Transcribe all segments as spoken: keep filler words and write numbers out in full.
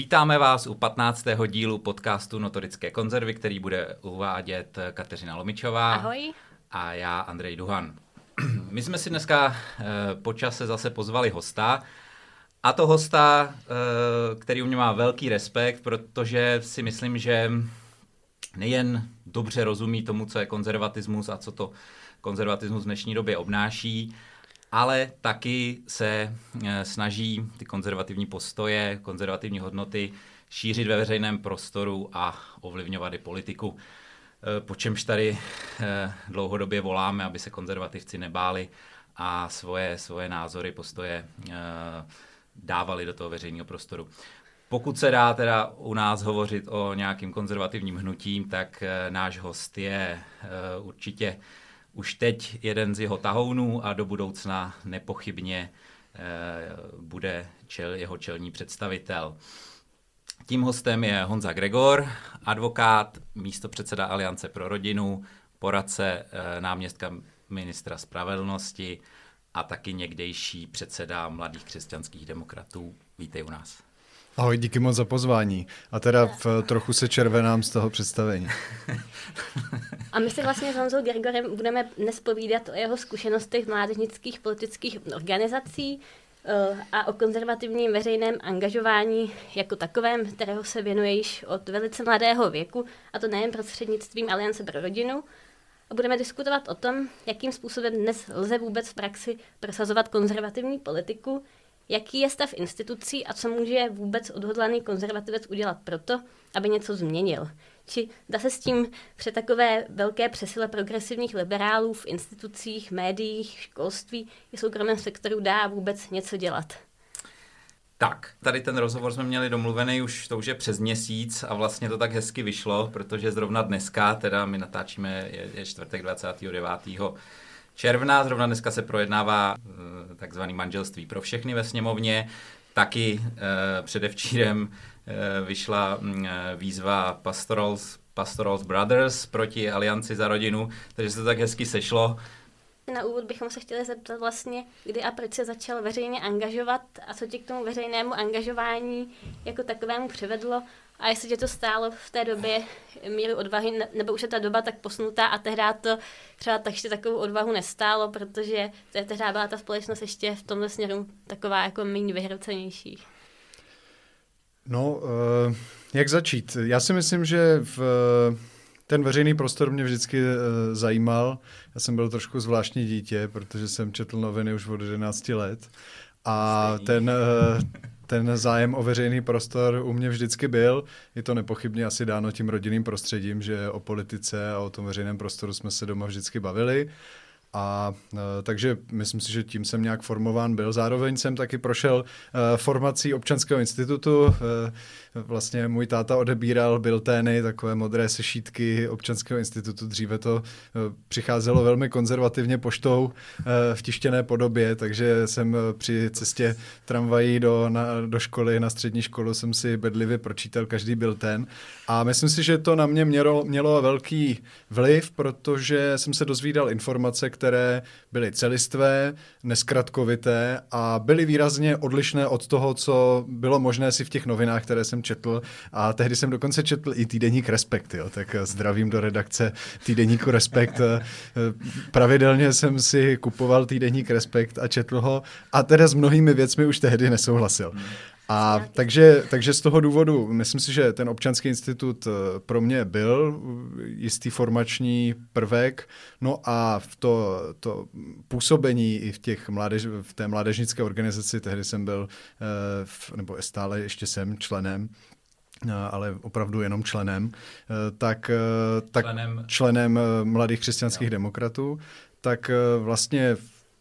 Vítáme vás u patnáctého dílu podcastu Notorické konzervy, který bude uvádět Kateřina Lomičová. Ahoj. A já, Andrej Duhan. My jsme si dneska po čase zase pozvali hosta, a to hosta, který u mě má velký respekt, protože si myslím, že nejen dobře rozumí tomu, co je konzervatismus a co to konzervatismus v dnešní době obnáší, ale taky se snaží ty konzervativní postoje, konzervativní hodnoty šířit ve veřejném prostoru a ovlivňovat i politiku. Po čemž tady dlouhodobě voláme, aby se konzervativci nebáli a svoje, svoje názory, postoje dávali do toho veřejného prostoru. Pokud se dá teda u nás hovořit o nějakým konzervativním hnutím, tak náš host je určitě už teď jeden z jeho tahounů a do budoucna nepochybně bude čel, jeho čelní představitel. Tím hostem je Honza Gregor, advokát, místopředseda Aliance pro rodinu, poradce náměstka ministra spravedlnosti a taky někdejší předseda Mladých křesťanských demokratů. Vítej u nás. Ahoj, díky moc za pozvání. A teda v, trochu se červenám z toho představení. A my si vlastně s Honzou Gregorem budeme dnes povídat o jeho zkušenostech v mládežnických politických organizací a o konzervativním veřejném angažování jako takovém, kterého se věnuje již od velice mladého věku, a to nejen prostřednictvím Aliance pro rodinu. A budeme diskutovat o tom, jakým způsobem dnes lze vůbec v praxi prosazovat konzervativní politiku, jaký je stav institucí a co může vůbec odhodlaný konzervativec udělat proto, aby něco změnil. Či dá se s tím při takové velké přesile progresivních liberálů v institucích, médiích, školství i soukromém sektoru dá vůbec něco dělat. Tak, tady ten rozhovor jsme měli domluvený už, to už je přes měsíc a vlastně to tak hezky vyšlo, protože zrovna dneska, teda my natáčíme, je, je čtvrtek dvacátého devátého června, zrovna dneska se projednává e, takzvaný manželství pro všechny ve sněmovně, taky e, předevčírem e, vyšla e, výzva Pastorals, Pastorals Brothers proti Alianci za rodinu, takže se to tak hezky sešlo. Na úvod bychom se chtěli zeptat vlastně, kdy a proč se začal veřejně angažovat a co tě k tomu veřejnému angažování jako takovému přivedlo a jestli tě to stálo v té době míru odvahy, nebo už je ta doba tak posunutá a tehdy to třeba tak ještě takovou odvahu nestálo, protože tehdy byla ta společnost ještě v tomhle směru taková jako méně vyhrocenější. No, uh, jak začít? Já si myslím, že v... Ten veřejný prostor mě vždycky uh, zajímal. Já jsem byl trošku zvláštní dítě, protože jsem četl noviny už od jedenácti let. A ten, uh, ten zájem o veřejný prostor u mě vždycky byl. Je to nepochybně asi dáno tím rodinným prostředím, že o politice a o tom veřejném prostoru jsme se doma vždycky bavili. A uh, takže myslím si, že tím jsem nějak formován byl. Zároveň jsem taky prošel uh, formací občanského institutu. Uh, vlastně můj táta odebíral biltény, takové modré sešítky občanského institutu. Dříve to uh, přicházelo velmi konzervativně poštou uh, v tištěné podobě, takže jsem uh, při cestě tramvají do, na, do školy, na střední školu jsem si bedlivě pročítal každý biltén. A myslím si, že to na mě mělo, mělo velký vliv, protože jsem se dozvídal informace, které byly celistvé, nezkratkovité a byly výrazně odlišné od toho, co bylo možné si v těch novinách, které jsem četl. A tehdy jsem dokonce četl i týdeník Respekt, jo, tak zdravím do redakce týdeníku Respekt. Pravidelně jsem si kupoval týdeník Respekt a četl ho a teda s mnohými věcmi už tehdy nesouhlasil. A takže, takže z toho důvodu, myslím si, že ten občanský institut pro mě byl jistý formační prvek, no a v to, to působení i v, těch mládež, v té mládežnické organizaci, tehdy jsem byl, nebo stále ještě jsem členem, ale opravdu jenom členem, tak, tak členem, členem Mladých křesťanských no. demokratů, tak vlastně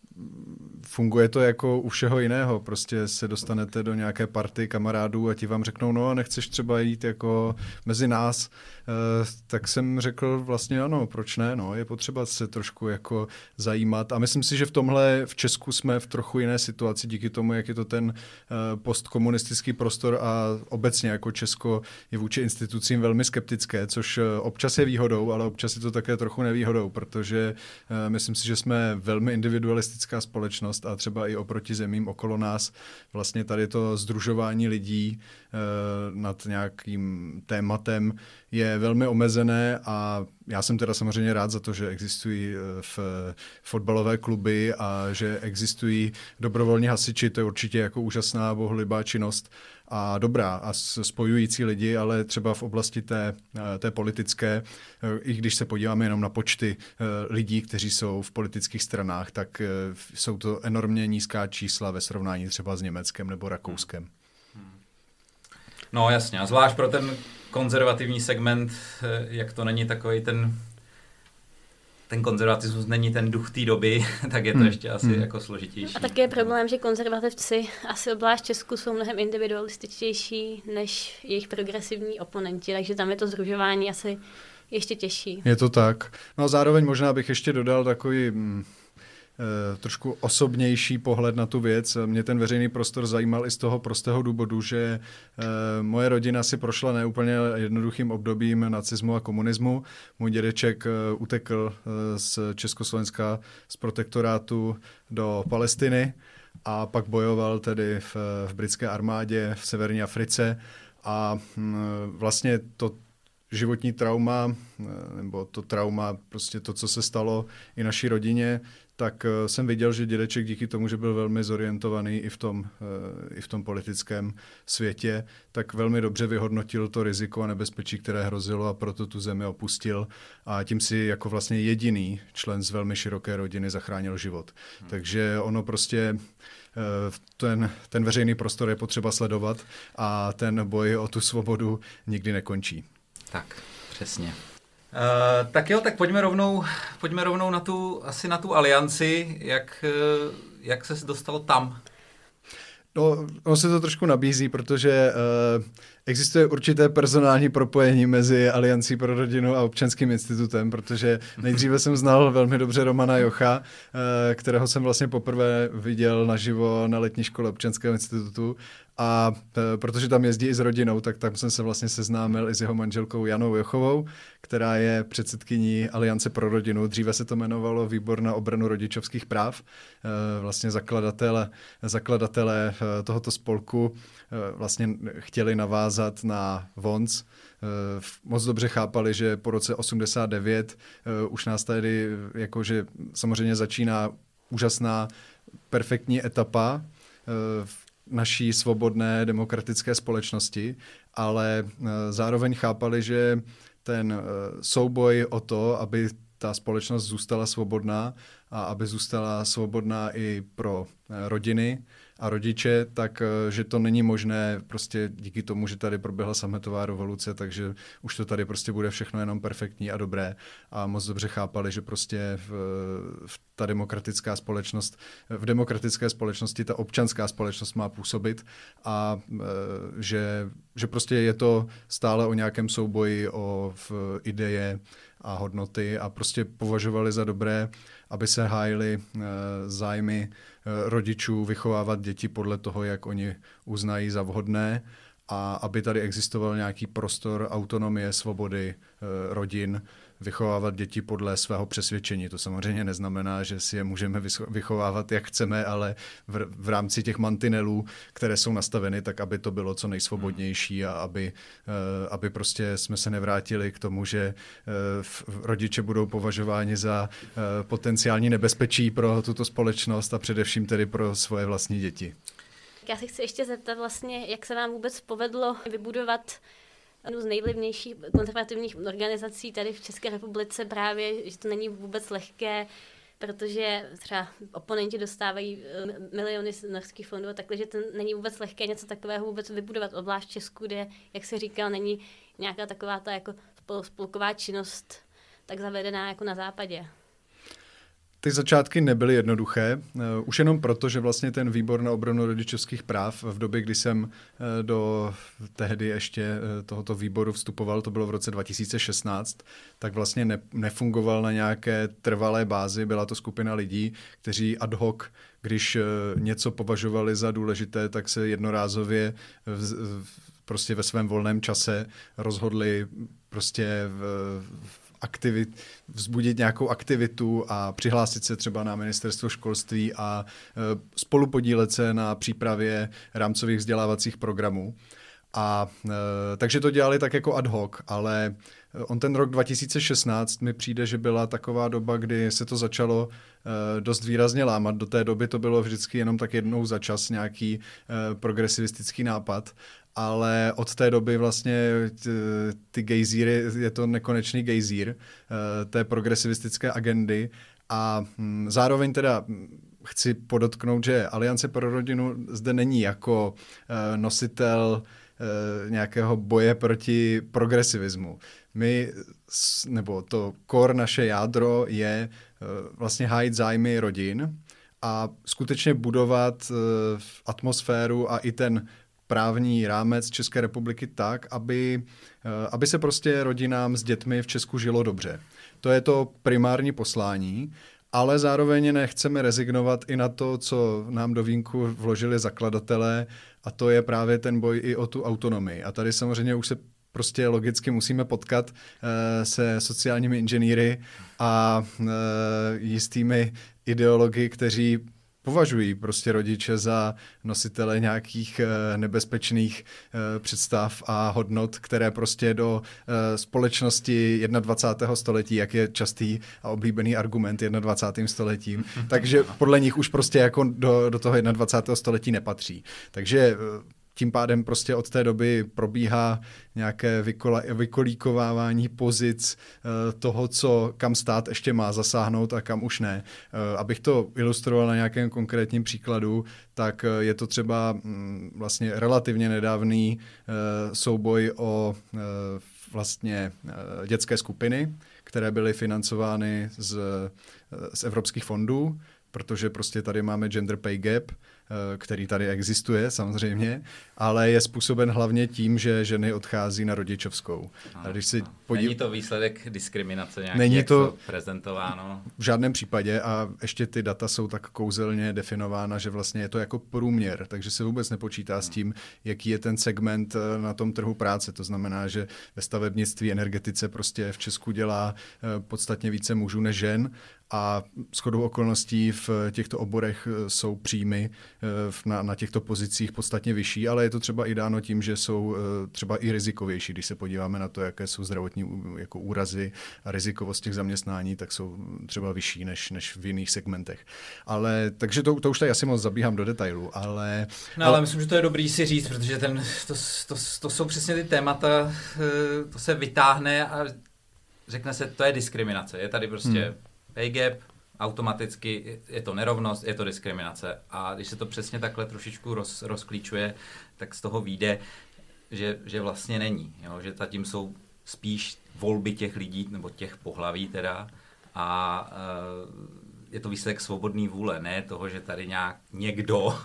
funguje to jako u všeho jiného. Prostě se dostanete do nějaké party kamarádů a ti vám řeknou, no nechceš třeba jít jako mezi nás. E, tak jsem řekl vlastně ano, proč ne? No, je potřeba se trošku jako zajímat. A myslím si, že v tomhle v Česku jsme v trochu jiné situaci díky tomu, jak je to ten e, postkomunistický prostor a obecně jako Česko je vůči institucím velmi skeptické, což občas je výhodou, ale občas je to také trochu nevýhodou, protože e, myslím si, že jsme velmi individualistické demokratická společnost a třeba i oproti zemím okolo nás vlastně tady to sdružování lidí nad nějakým tématem je velmi omezené a já jsem teda samozřejmě rád za to, že existují v fotbalové kluby a že existují dobrovolní hasiči, to je určitě jako úžasná bohulibá činnost a dobrá a spojující lidi, ale třeba v oblasti té, té politické, i když se podíváme jenom na počty lidí, kteří jsou v politických stranách, tak jsou to enormně nízká čísla ve srovnání třeba s Německem nebo Rakouskem. No jasně, a zvlášť pro ten konzervativní segment, jak to není takový ten, ten konzervatismus není ten duch té doby, tak je to hmm. ještě asi hmm. jako složitější. A také je problém, že konzervativci asi obzvlášť v Česku jsou mnohem individualističtější než jejich progresivní oponenti, takže tam je to sdružování asi ještě těžší. Je to tak. No a zároveň možná bych ještě dodal takový mm, e, trošku osobnější pohled na tu věc. Mě ten veřejný prostor zajímal i z toho prostého důvodu, že e, moje rodina si prošla neúplně jednoduchým obdobím nacismu a komunismu. Můj dědeček e, utekl e, z Československa z protektorátu do Palestiny a pak bojoval tedy v, v britské armádě v severní Africe a mm, vlastně to životní trauma, nebo to trauma, prostě to, co se stalo i naší rodině, tak jsem viděl, že dědeček díky tomu, že byl velmi zorientovaný i v tom, i v tom politickém světě, tak velmi dobře vyhodnotil to riziko a nebezpečí, které hrozilo a proto tu zemi opustil a tím si jako vlastně jediný člen z velmi široké rodiny zachránil život. Hmm. Takže ono prostě ten, ten veřejný prostor je potřeba sledovat a ten boj o tu svobodu nikdy nekončí. Tak, přesně. Uh, tak jo, tak pojďme rovnou, pojďme rovnou na tu, asi na tu alianci, jak, jak ses dostal tam? No, ono se to trošku nabízí, protože uh, existuje určité personální propojení mezi Aliancí pro rodinu a Občanským institutem, protože nejdříve jsem znal velmi dobře Romana Jocha, uh, kterého jsem vlastně poprvé viděl naživo na letní škole Občanského institutu. A e, protože tam jezdí i s rodinou, tak tam jsem se vlastně seznámil i s jeho manželkou Janou Jochovou, která je předsedkyní Aliance pro rodinu. Dříve se to jmenovalo Výbor na obranu rodičovských práv. E, vlastně zakladatele, zakladatele e, tohoto spolku e, vlastně chtěli navázat na V O N C. E, moc dobře chápali, že po roce osmdesát devět e, už nás tady jakože samozřejmě začíná úžasná, perfektní etapa e, naší svobodné demokratické společnosti, ale zároveň chápali, že ten souboj o to, aby ta společnost zůstala svobodná a aby zůstala svobodná i pro rodiny a rodiče, tak že to není možné prostě díky tomu, že tady proběhla sametová revoluce, takže už to tady prostě bude všechno jenom perfektní a dobré a moc dobře chápali, že prostě v, v ta demokratická společnost, v demokratické společnosti ta občanská společnost má působit a že, že prostě je to stále o nějakém souboji o v ideje a hodnoty a prostě považovali za dobré, aby se hájili e, zájmy e, rodičů, vychovávat děti podle toho, jak oni uznají za vhodné a aby tady existoval nějaký prostor autonomie, svobody e, rodin, vychovávat děti podle svého přesvědčení. To samozřejmě neznamená, že si je můžeme vychovávat, jak chceme, ale v, v rámci těch mantinelů, které jsou nastaveny, tak aby to bylo co nejsvobodnější a aby, uh, aby prostě jsme se nevrátili k tomu, že uh, rodiče budou považováni za uh, potenciální nebezpečí pro tuto společnost a především tedy pro svoje vlastní děti. Já se chci ještě zeptat vlastně, jak se vám vůbec povedlo vybudovat jednu z nejvlivnějších konzervativních organizací tady v České republice právě, že to není vůbec lehké, protože třeba oponenti dostávají miliony z norských fondů a takhle, že to není vůbec lehké něco takového vůbec vybudovat, obzvlášť v Česku, kde, jak se říkal, není nějaká taková ta jako spolková činnost tak zavedená jako na západě. Ty začátky nebyly jednoduché, už jenom proto, že vlastně ten výbor na obranu rodičovských práv v době, kdy jsem do tehdy ještě tohoto výboru vstupoval, to bylo v roce dva tisíce šestnáct, tak vlastně ne, nefungoval na nějaké trvalé bázi, byla to skupina lidí, kteří ad hoc, když něco považovali za důležité, tak se jednorázově prostě ve svém volném čase rozhodli prostě v, v aktivit, vzbudit nějakou aktivitu a přihlásit se třeba na ministerstvo školství a e, spolupodílet se na přípravě rámcových vzdělávacích programů. A e, takže to dělali tak jako ad hoc, ale on ten rok dva tisíce šestnáct mi přijde, že byla taková doba, kdy se to začalo e, dost výrazně lámat. Do té doby to bylo vždycky jenom tak jednou za čas nějaký e, progresivistický nápad, ale od té doby vlastně ty gejzíry, je to nekonečný gejzír té progresivistické agendy a zároveň teda chci podotknout, že Aliance pro rodinu zde není jako nositel nějakého boje proti progresivismu. My, nebo to core naše jádro je vlastně hájit zájmy rodin a skutečně budovat atmosféru a i ten právní rámec České republiky tak, aby, aby se prostě rodinám s dětmi v Česku žilo dobře. To je to primární poslání, ale zároveň nechceme rezignovat i na to, co nám do vínku vložili zakladatelé, a to je právě ten boj i o tu autonomii. A tady samozřejmě už se prostě logicky musíme potkat uh, se sociálními inženýry a uh, jistými ideology, kteří považují prostě rodiče za nositele nějakých uh, nebezpečných uh, představ a hodnot, které prostě do uh, společnosti dvacátého prvního století, jak je častý a oblíbený argument dvacátým prvním stoletím, takže podle nich už prostě jako do, do toho dvacátého prvního století nepatří. Takže uh, tím pádem prostě od té doby probíhá nějaké vykola, vykolíkovávání pozic uh, toho, co kam stát ještě má zasáhnout a kam už ne. Uh, abych to ilustroval na nějakém konkrétním příkladu, tak uh, je to třeba um, vlastně relativně nedávný uh, souboj o uh, vlastně uh, dětské skupiny, které byly financovány z, uh, z evropských fondů, protože prostě tady máme gender pay gap, který tady existuje samozřejmě, ale je způsoben hlavně tím, že ženy odchází na rodičovskou. A když si podív... Není to výsledek diskriminace nějaký, Není jak to to prezentováno? V žádném případě a ještě ty data jsou tak kouzelně definována, že vlastně je to jako průměr, takže se vůbec nepočítá hmm. s tím, jaký je ten segment na tom trhu práce. To znamená, že ve stavebnictví, energetice prostě v Česku dělá podstatně více mužů než žen a shodou okolností v těchto oborech jsou příjmy na, na těchto pozicích podstatně vyšší, ale je to třeba i dáno tím, že jsou třeba i rizikovější. Když se podíváme na to, jaké jsou zdravotní jako úrazy a rizikovost těch zaměstnání, tak jsou třeba vyšší než, než v jiných segmentech. Ale, takže to, to už tady asi moc zabíhám do detailu, ale... No ale, ale myslím, že to je dobrý si říct, protože ten, to, to, to jsou přesně ty témata, to se vytáhne a řekne se, to je diskriminace. Je tady prostě hmm. pay gap, automaticky je to nerovnost, je to diskriminace. A když se to přesně takhle trošičku roz, rozklíčuje, tak z toho vyjde, že, že vlastně není. Jo? Že zatím jsou spíš volby těch lidí, nebo těch pohlaví teda, a e, je to výsledek svobodný vůle, ne toho, že tady nějak někdo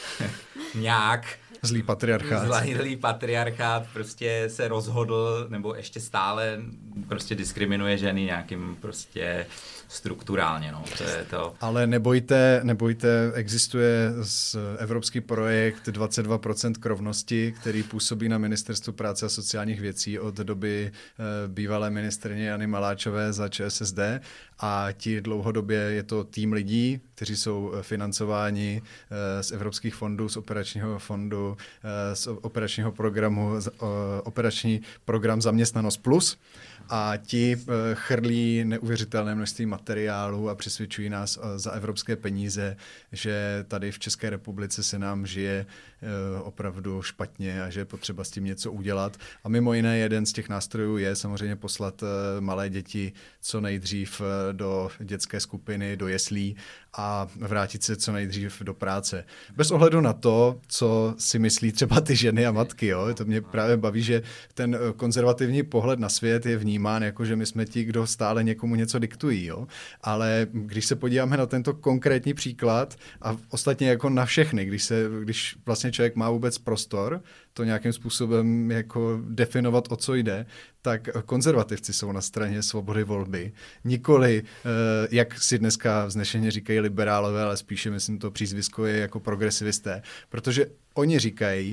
nějak zlý patriarchát. Zlý patriarchát prostě se rozhodl, nebo ještě stále prostě diskriminuje ženy nějakým prostě strukturálně, no, to je to. Ale nebojte, nebojte, existuje z evropský projekt dvacet dva procent k rovnosti, který působí na Ministerstvu práce a sociálních věcí od doby e, bývalé ministryně Jany Maláčové za ČSSD a ti dlouhodobě je to tým lidí, kteří jsou financováni e, z evropských fondů, z operačního fondu, e, z operačního programu, z, o, operační program Zaměstnanost plus a ti e, chrlí neuvěřitelné množství materiálu a přesvědčují nás za evropské peníze, že tady v České republice se nám žije opravdu špatně a že je potřeba s tím něco udělat. A mimo jiné jeden z těch nástrojů je samozřejmě poslat malé děti co nejdřív do dětské skupiny, do jeslí a vrátit se co nejdřív do práce. Bez ohledu na to, co si myslí třeba ty ženy a matky. Jo? To mě právě baví, že ten konzervativní pohled na svět je vnímán jako, že my jsme ti, kdo stále někomu něco diktují. Jo? Ale když se podíváme na tento konkrétní příklad a ostatně jako na všechny, když, se, když vlastně člověk má vůbec prostor to nějakým způsobem jako definovat, o co jde, tak konzervativci jsou na straně svobody volby. Nikoli, jak si dneska vznešeně říkají liberálové, ale spíše, myslím, to přízvisko je jako progresivisté. Protože oni říkají,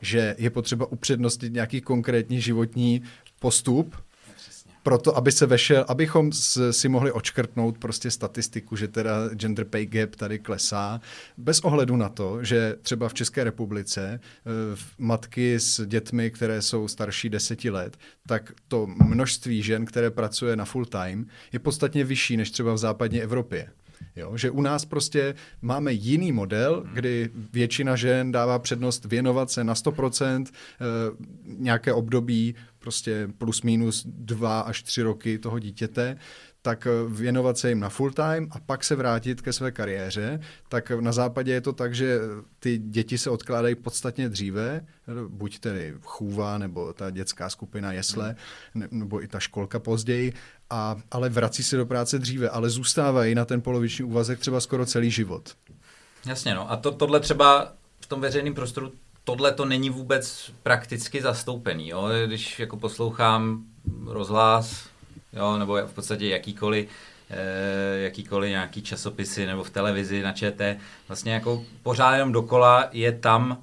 že je potřeba upřednostnit nějaký konkrétní životní postup, proto, aby se vešel, abychom si mohli odškrtnout prostě statistiku, že teda gender pay gap tady klesá, bez ohledu na to, že třeba v České republice matky s dětmi, které jsou starší deseti let, tak to množství žen, které pracuje na full time, je podstatně vyšší než třeba v západní Evropě. Jo, že u nás prostě máme jiný model, kdy většina žen dává přednost věnovat se na sto procent e, nějaké období, prostě plus minus dva až tři roky toho dítěte, tak věnovat se jim na full time a pak se vrátit ke své kariéře. Tak na západě je to tak, že ty děti se odkládají podstatně dříve, buď tedy chůva, nebo ta dětská skupina jesle, nebo i ta školka později, a, ale vrací se do práce dříve, ale zůstávají na ten poloviční úvazek třeba skoro celý život. Jasně, no. A to, tohle třeba v tom veřejném prostoru, tohle to není vůbec prakticky zastoupený. Jo? Když jako poslouchám rozhlas, jo, nebo v podstatě jakýkoliv, eh, jakýkoliv nějaký časopisy nebo v televizi na ČT, vlastně jako pořád jenom dokola je tam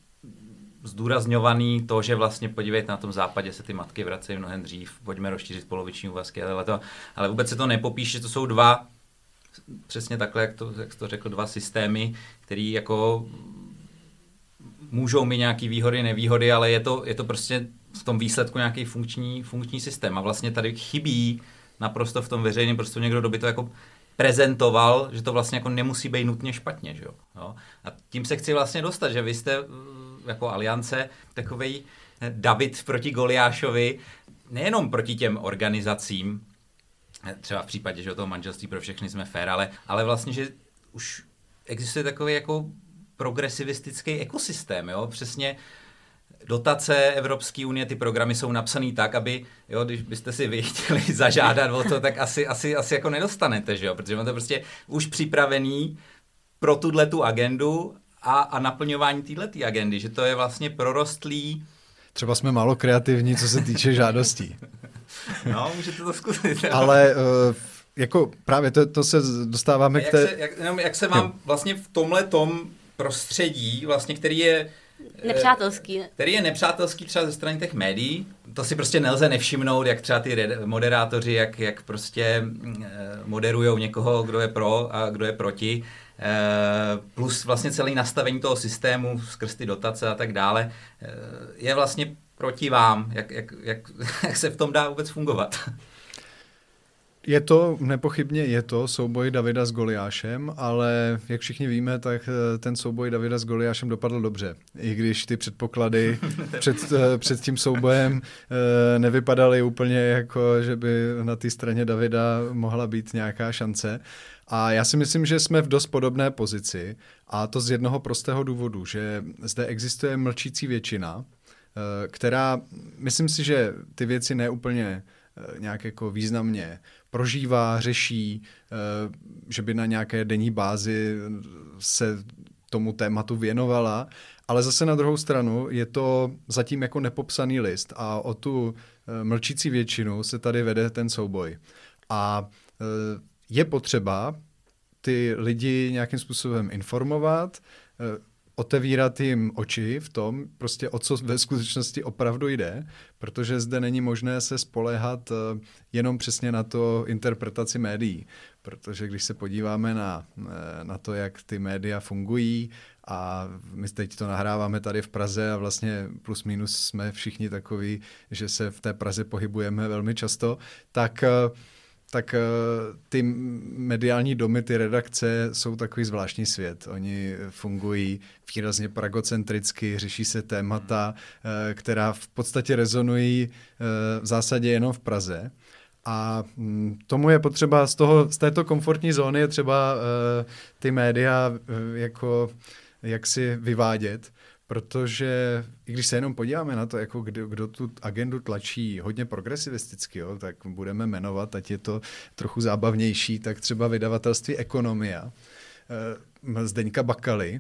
zdůrazňovaný to, že vlastně podívejte, na tom západě se ty matky vracejí mnohem dřív, pojďme rozšířit poloviční úvazky, ale, to, ale vůbec se to nepopíše, to jsou dva, přesně takhle, jak to, jak to řekl, dva systémy, který jako můžou mít nějaký výhody, nevýhody, ale je to, je to prostě v tom výsledku nějaký funkční, funkční systém. A vlastně tady chybí naprosto v tom veřejném prostoru někdo, kdo by to jako prezentoval, že to vlastně jako nemusí být nutně špatně. Že jo? Jo? A tím se chci vlastně dostat, že vy jste jako aliance takovej David proti Goliášovi, nejenom proti těm organizacím, třeba v případě, že o toho manželství pro všechny jsme fair, ale, ale vlastně, že už existuje takový jako progresivistický ekosystém, jo? Přesně dotace Evropské unie, ty programy jsou napsané tak, aby, jo, když byste si vy chtěli zažádat o to, tak asi, asi, asi jako nedostanete, že jo? Protože máte prostě už připravený pro tuhletu agendu a, a naplňování téhleté agendy, že to je vlastně prorostlý. Třeba jsme málo kreativní, co se týče žádostí. No, můžete to zkusit. Ale uh, jako právě to, to se dostáváme jak k té... Se, jak, jenom jak se vám vlastně v tomhletom prostředí, vlastně, který je nepřátelský. Který je nepřátelský třeba ze strany těch médií. To si prostě nelze nevšimnout, jak třeba ty moderátoři, jak, jak prostě moderujou někoho, kdo je pro a kdo je proti. Plus vlastně celý nastavení toho systému skrz ty dotace a tak dále je vlastně proti vám. Jak, jak, jak, jak se v tom dá vůbec fungovat? Je to, nepochybně je to souboj Davida s Goliášem, ale jak všichni víme, tak ten souboj Davida s Goliášem dopadl dobře. I když ty předpoklady před, před tím soubojem nevypadaly úplně jako, že by na té straně Davida mohla být nějaká šance. A já si myslím, že jsme v dost podobné pozici, a to z jednoho prostého důvodu, že zde existuje mlčící většina, která, myslím si, že ty věci neúplně nějak jako významně prožívá, řeší, že by na nějaké denní bázi se tomu tématu věnovala, ale zase na druhou stranu je to zatím jako nepopsaný list a o tu mlčící většinu se tady vede ten souboj. A je potřeba ty lidi nějakým způsobem informovat, otevírat jim oči v tom, prostě o co ve skutečnosti opravdu jde, protože zde není možné se spoléhat jenom přesně na to interpretaci médií, protože když se podíváme na, na to, jak ty média fungují, a my teď to nahráváme tady v Praze a vlastně plus minus jsme všichni takoví, že se v té Praze pohybujeme velmi často, tak tak ty mediální domy, ty redakce jsou takový zvláštní svět. Oni fungují výrazně pragocentricky, řeší se témata, která v podstatě rezonují v zásadě jenom v Praze. A tomu je potřeba, z, toho, z této komfortní zóny je třeba ty média jako, jak si vyvádět, protože i když se jenom podíváme na to, jako kdo, kdo tu agendu tlačí hodně progresivisticky, jo, tak budeme jmenovat, ať je to trochu zábavnější, tak třeba vydavatelství Ekonomia, eh, Zdeňka Bakaly,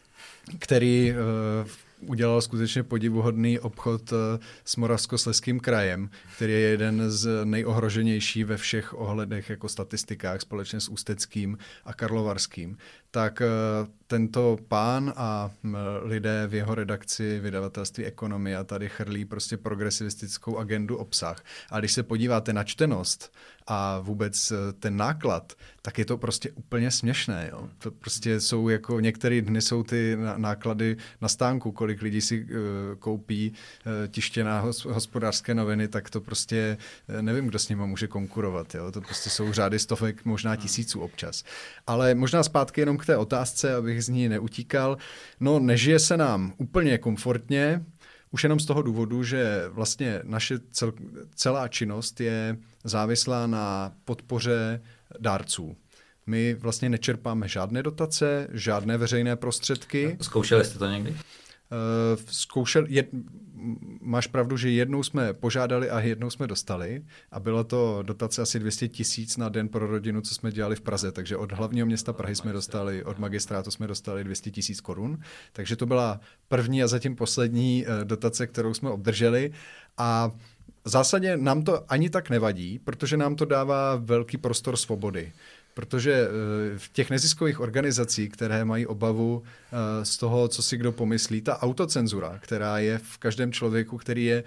který eh, udělal skutečně podivuhodný obchod eh, s Moravskoslezským krajem, který je jeden z nejohroženějších ve všech ohledech jako statistikách společně s Ústeckým a Karlovarským. Tak eh, tento pán a lidé v jeho redakci vydavatelství Ekonomia tady chrlí prostě progresivistickou agendu obsah. A když se podíváte na čtenost a vůbec ten náklad, tak je to prostě úplně směšné. Jo. To prostě jsou jako, některé dny jsou ty náklady na stánku, kolik lidí si uh, koupí uh, tištěná hospodářské noviny, tak to prostě uh, nevím, kdo s nimi může konkurovat. Jo. To prostě jsou řády stovek, možná tisíců občas. Ale možná zpátky jenom k té otázce, abych z ní neutíkal. No, nežije se nám úplně komfortně, už jenom z toho důvodu, že vlastně naše cel, celá činnost je závislá na podpoře dárců. My vlastně nečerpáme žádné dotace, žádné veřejné prostředky. Zkoušeli jste to někdy? Uh, zkoušel, jed, máš pravdu, že jednou jsme požádali a jednou jsme dostali a byla to dotace asi dvě stě tisíc na den pro rodinu, co jsme dělali v Praze, takže od hlavního města Prahy jsme dostali, od magistrátu jsme dostali dvě stě tisíc korun, takže to byla první a zatím poslední uh, dotace, kterou jsme obdrželi a v zásadě nám to ani tak nevadí, protože nám to dává velký prostor svobody. Protože v těch neziskových organizacích, které mají obavu z toho, co si kdo pomyslí, ta autocenzura, která je v každém člověku, který je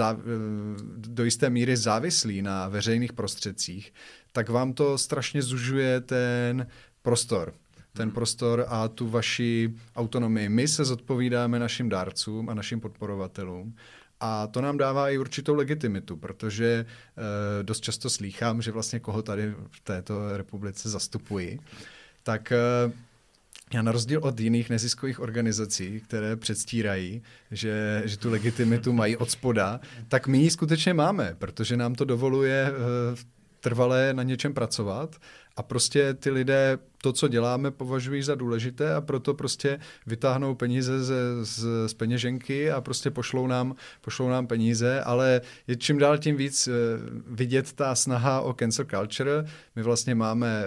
do jisté míry závislý na veřejných prostředcích, tak vám to strašně zužuje ten prostor. ten prostor a tu vaši autonomii. My se zodpovídáme našim dárcům a našim podporovatelům. A to nám dává i určitou legitimitu, protože e, dost často slýchám, že vlastně koho tady v této republice zastupuji, tak e, já na rozdíl od jiných neziskových organizací, které předstírají, že, že tu legitimitu mají od spoda, tak my ji skutečně máme, protože nám to dovoluje e, trvale na něčem pracovat a prostě ty lidé to, co děláme, považují za důležité a proto prostě vytáhnou peníze z, z, z peněženky a prostě pošlou nám, pošlou nám peníze, ale je čím dál tím víc vidět ta snaha o cancel culture. My vlastně máme,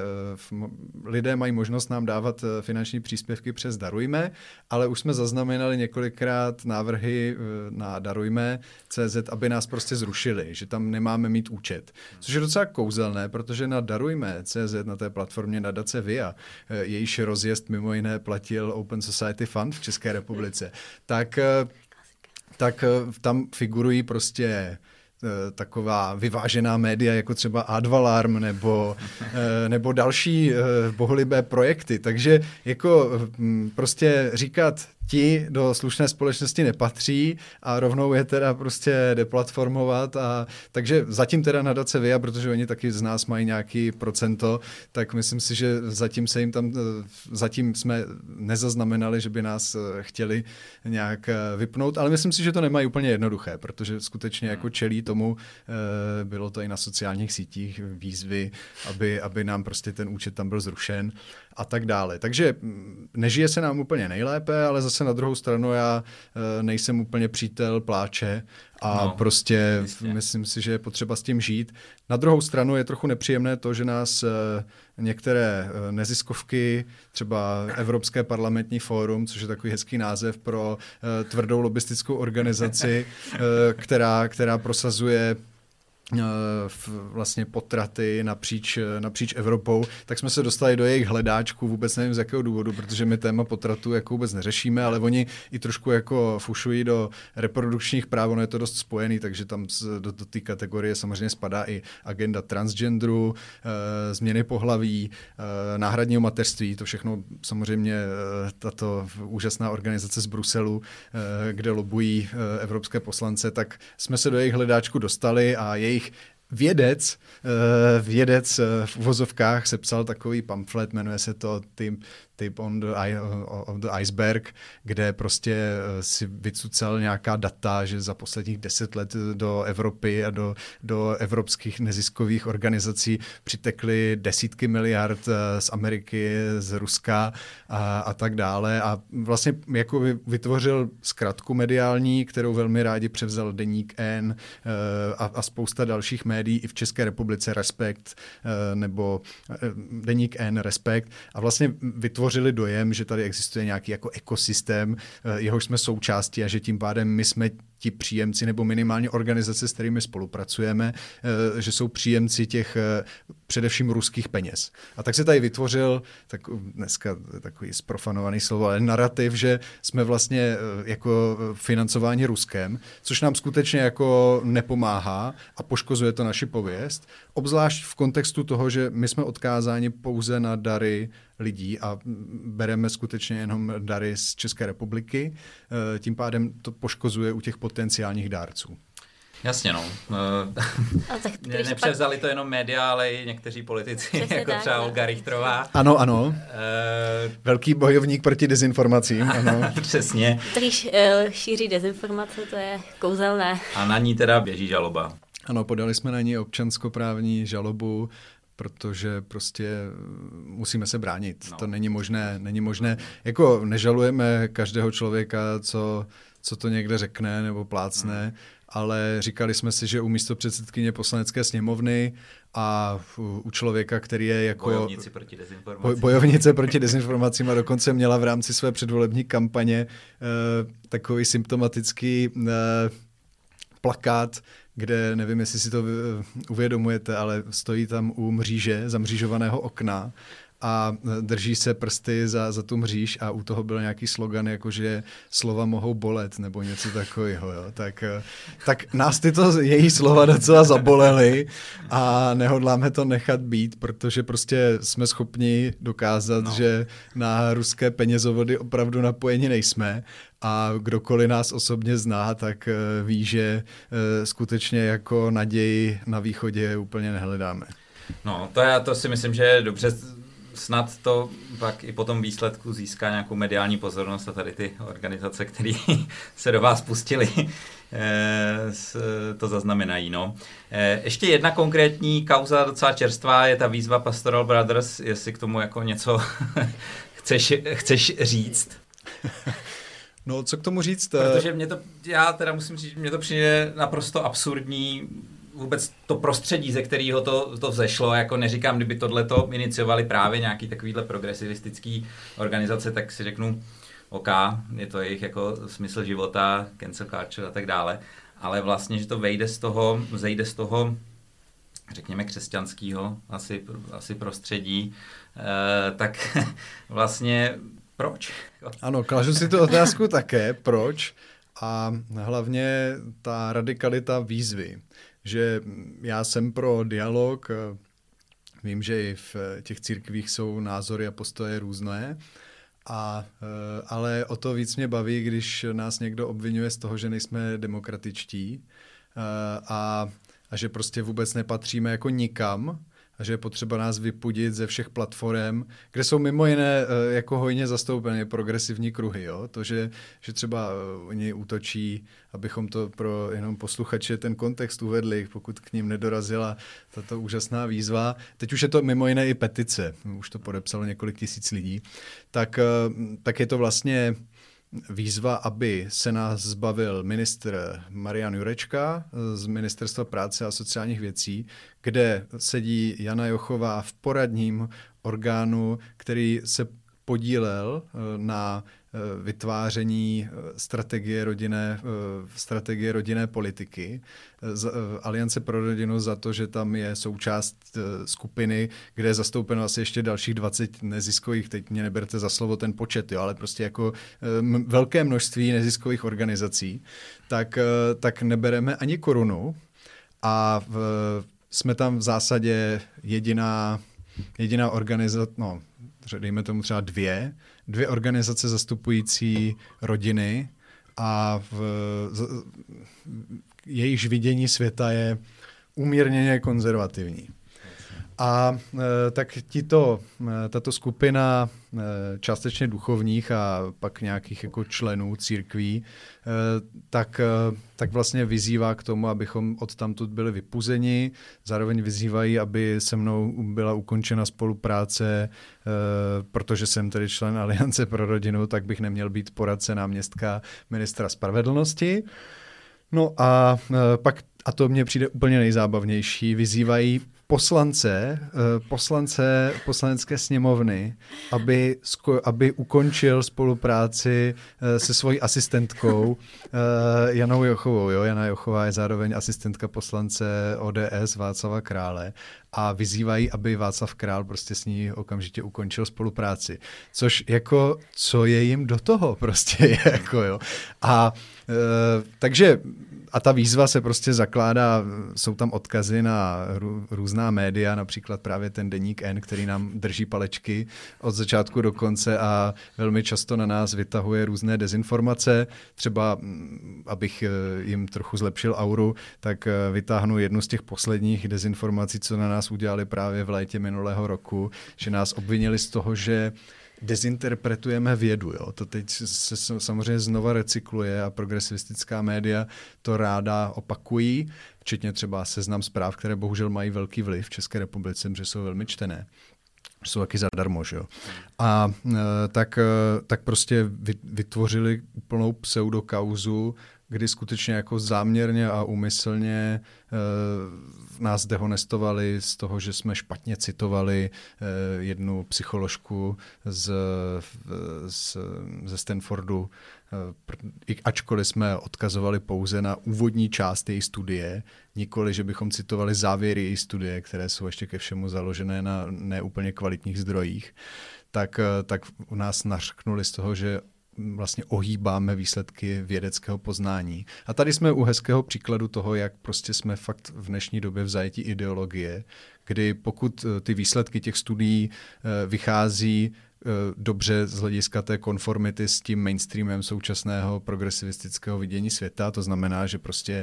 lidé mají možnost nám dávat finanční příspěvky přes Darujme, ale už jsme zaznamenali několikrát návrhy na Darujme tečka cé zet, aby nás prostě zrušili, že tam nemáme mít účet. Což je docela kouzelné, protože na Darujme tečka cé zet, na té platformě nadace V I A, jejíž rozjezd mimo jiné platil Open Society Fund v České republice, tak, tak tam figurují prostě taková vyvážená média, jako třeba Advalarm nebo, nebo další bohulibé projekty. Takže jako prostě říkat, ti do slušné společnosti nepatří a rovnou je teda prostě deplatformovat. A, takže zatím teda nadace V I A, protože oni taky z nás mají nějaký procento, tak myslím si, že zatím se jim tam, zatím jsme nezaznamenali, že by nás chtěli nějak vypnout, ale myslím si, že to nemají úplně jednoduché, protože skutečně jako čelí tomu, bylo to i na sociálních sítích výzvy, aby, aby nám prostě ten účet tam byl zrušen a tak dále. Takže nežije se nám úplně nejlépe, ale zase na druhou stranu já nejsem úplně přítel pláče a no, prostě jistě. Myslím si, že je potřeba s tím žít. Na druhou stranu je trochu nepříjemné to, že nás některé neziskovky, třeba Evropské parlamentní fórum, což je takový hezký název pro tvrdou lobistickou organizaci, která, která prosazuje vlastně potraty napříč, napříč Evropou, tak jsme se dostali do jejich hledáčku, vůbec nevím z jakého důvodu, protože my téma potratu jako vůbec neřešíme, ale oni i trošku jako fušují do reprodukčních práv, ono je to dost spojený, takže tam do, do té kategorie samozřejmě spadá i agenda transgenderu, e, změny pohlaví, e, náhradního mateřství, to všechno samozřejmě e, tato úžasná organizace z Bruselu, e, kde lobují e, evropské poslance, tak jsme se do jejich hledáčku dostali a jejich Vědec, vědec v uvozovkách sepsal takový pamflet, jmenuje se to Tip, tip on, the, on the Iceberg, kde prostě si vycucal nějaká data, že za posledních deset let do Evropy a do, do evropských neziskových organizací přitekly desítky miliard z Ameriky, z Ruska a, a tak dále. A vlastně jako vytvořil zkratku mediální, kterou velmi rádi převzal Deník N a, a spousta dalších médií i v České republice, Respekt nebo Deník N, Respekt. A vlastně vytvořil vytvořili dojem, že tady existuje nějaký jako ekosystém, jehož jsme součástí a že tím pádem my jsme ti příjemci nebo minimálně organizace, s kterými spolupracujeme, že jsou příjemci těch především ruských peněz. A tak se tady vytvořil, tak dneska takový zprofanovaný slovo, ale narrativ, že jsme vlastně jako financováni Ruskem, což nám skutečně jako nepomáhá a poškozuje to naši pověst, obzvlášť v kontextu toho, že my jsme odkázáni pouze na dary lidí a bereme skutečně jenom dary z České republiky. Tím pádem to poškozuje u těch potenciálních dárců. Jasně, no. tak, ne, nepřevzali pak... to jenom média, ale i někteří politici, přesně jako tak, třeba Olga Richtrová. Ano, ano. Uh... Velký bojovník proti dezinformacím, ano. Přesně. Který šíří dezinformace, to je kouzelné. A na ní teda běží žaloba. Ano, podali jsme na ní občanskoprávní žalobu, protože prostě musíme se bránit. No. To není možné, není možné. Jako nežalujeme každého člověka, co, co to někde řekne nebo plácne, hmm. ale říkali jsme si, že u místopředsedkyně Poslanecké sněmovny a u, u člověka, který je jako... Bojovnici proti dezinformacím. Boj, bojovnice proti dezinformacím a dokonce měla v rámci své předvolební kampaně uh, takový symptomatický uh, plakát, kde, nevím, jestli si to uvědomujete, ale stojí tam u mříže, zamřížovaného okna a drží se prsty za, za tu mříž a u toho byl nějaký slogan, jako že slova mohou bolet nebo něco takového. Jo. Tak, tak nás tyto její slova docela zabolely a nehodláme to nechat být, protože prostě jsme schopni dokázat, no. že na ruské penězovody opravdu napojeni nejsme. A kdokoliv nás osobně zná, tak ví, že skutečně jako naději na východě úplně nehledáme. No, to já to si myslím, že je dobře. Snad to pak i po tom výsledku získá nějakou mediální pozornost a tady ty organizace, které se do vás pustily, to zaznamenají. No. Ještě jedna konkrétní kauza docela čerstvá je ta výzva Pastoral Brothers, jestli k tomu jako něco chceš, chceš říct. No, co k tomu říct? Protože mě to, já teda musím říct, mě to přijde naprosto absurdní, vůbec to prostředí, ze kterého to, to vzešlo, jako neříkám, kdyby tohleto iniciovali právě nějaký takovýhle progresivistický organizace, tak si řeknu, OK, je to jejich jako smysl života, cancel culture a tak dále, ale vlastně, že to vejde z toho, zejde z toho, řekněme, křesťanského asi, asi prostředí, eh, tak vlastně proč? Ano, klažu si tu otázku také, proč? A hlavně ta radikalita výzvy, že já jsem pro dialog, vím, že i v těch církvích jsou názory a postoje různé, a, ale o to víc mě baví, když nás někdo obvinuje z toho, že nejsme demokratičtí a, a že prostě vůbec nepatříme jako nikam, a že je potřeba nás vypudit ze všech platform, kde jsou mimo jiné jako hojně zastoupené progresivní kruhy. Jo? To, že, že třeba oni útočí, abychom to pro jenom posluchače ten kontext uvedli, pokud k ním nedorazila tato úžasná výzva. Teď už je to mimo jiné i petice, už to podepsalo několik tisíc lidí. Tak, tak je to vlastně výzva, aby se nás zbavil ministr Marian Jurečka z Ministerstva práce a sociálních věcí, kde sedí Jana Jochová v poradním orgánu, který se podílel na vytváření strategie rodinné, strategie rodinné politiky. Aliance pro rodinu za to, že tam je součást skupiny, kde je zastoupeno asi ještě dalších dvacet neziskových, teď mě neberte za slovo ten počet, jo, ale prostě jako velké množství neziskových organizací, tak, tak nebereme ani korunu a v, jsme tam v zásadě jediná, jediná organizace, no, dejme tomu třeba dvě, dvě organizace zastupující rodiny a v, z, jejichž vidění světa je umírněně konzervativní. A e, tak tito, e, tato skupina e, částečně duchovních a pak nějakých jako členů církví, e, tak, e, tak vlastně vyzývá k tomu, abychom odtamtud byli vypuzeni. Zároveň vyzývají, aby se mnou byla ukončena spolupráce, e, protože jsem tedy člen Aliance pro rodinu, tak bych neměl být poradce náměstka ministra spravedlnosti. No a e, pak, a to mně přijde úplně nejzábavnější, vyzývají poslance, poslance poslanecké sněmovny, aby, aby ukončil spolupráci se svojí asistentkou Janou Jochovou. Jo? Jana Jochová je zároveň asistentka poslance O D S Václava Krále a vyzývají, aby Václav Král prostě s ní okamžitě ukončil spolupráci. Což jako, co je jim do toho prostě, jako jo. A e, takže a ta výzva se prostě zakládá, jsou tam odkazy na rů, různá média, například právě ten deník N, který nám drží palečky od začátku do konce a velmi často na nás vytahuje různé dezinformace. Třeba, abych jim trochu zlepšil auru, tak vytáhnu jednu z těch posledních dezinformací, co na nás udělali právě v létě minulého roku, že nás obvinili z toho, že dezinterpretujeme vědu. Jo? To teď se samozřejmě znova recykluje a progresivistická média to ráda opakují, včetně třeba Seznam Zpráv, které bohužel mají velký vliv v České republice, protože jsou velmi čtené. Jsou taky zadarmo, že jo. A tak, tak prostě vytvořili úplnou pseudokauzu, kdy skutečně jako záměrně a úmyslně e, nás dehonestovali z toho, že jsme špatně citovali e, jednu psycholožku z, z, ze Stanfordu, e, ačkoliv jsme odkazovali pouze na úvodní část její studie, nikoli, že bychom citovali závěry její studie, které jsou ještě ke všemu založené na neúplně kvalitních zdrojích, tak, tak u nás nařknuli z toho, že vlastně ohýbáme výsledky vědeckého poznání. A tady jsme u hezkého příkladu toho, jak prostě jsme fakt v dnešní době v zajetí ideologie, kdy pokud ty výsledky těch studií vychází dobře z hlediska té konformity s tím mainstreamem současného progresivistického vidění světa. To znamená, že prostě,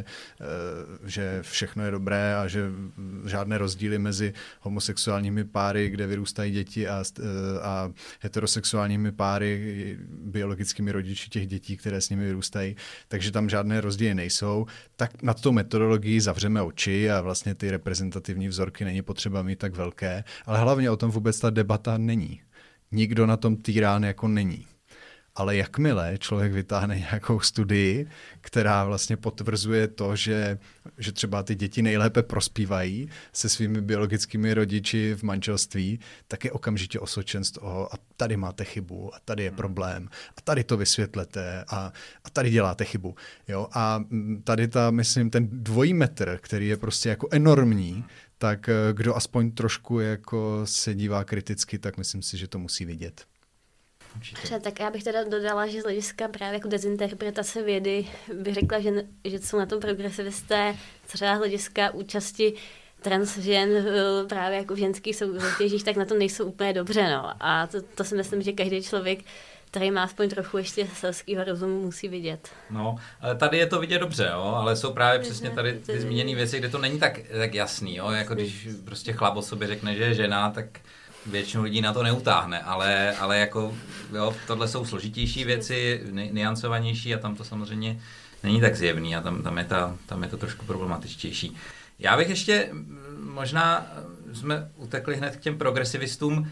že všechno je dobré a že žádné rozdíly mezi homosexuálními páry, kde vyrůstají děti a, a heterosexuálními páry, biologickými rodiči těch dětí, které s nimi vyrůstají, takže tam žádné rozdíly nejsou. Tak nad tou metodologií zavřeme oči a vlastně ty reprezentativní vzorky není potřeba mít tak velké, ale hlavně o tom vůbec ta debata není. Nikdo na tom týrán jako není. Ale jakmile člověk vytáhne nějakou studii, která vlastně potvrzuje to, že, že třeba ty děti nejlépe prospívají se svými biologickými rodiči v manželství, tak je okamžitě osočen z toho a tady máte chybu a tady je problém a tady to vysvětlete a, a tady děláte chybu. Jo? A tady ta, myslím, ten dvojí metr, který je prostě jako enormní, tak kdo aspoň trošku jako se dívá kriticky, tak myslím si, že to musí vidět. Určitě. Tak já bych teda dodala, že z hlediska právě jako dezinterpretace vědy bych řekla, že, že jsou na tom progresivisté třeba z hlediska účasti transžen právě jako v ženských soutěžích, tak na to nejsou úplně dobře. No. A to, to si myslím, že každý člověk, který má aspoň trochu ještě selského rozumu, musí vidět. No, tady je to vidět dobře, jo, ale jsou právě přesně tady ty zmíněné věci, kde to není tak, tak jasný, jo, jako když prostě chlap o sobě řekne, že je žena, tak většinu lidí na to neutáhne, ale, ale jako, jo, tohle jsou složitější věci, niancovanější a tam to samozřejmě není tak zjevný a tam, tam, je, ta, tam je to trošku problematičtější. Já bych ještě, možná jsme utekli hned k těm progresivistům,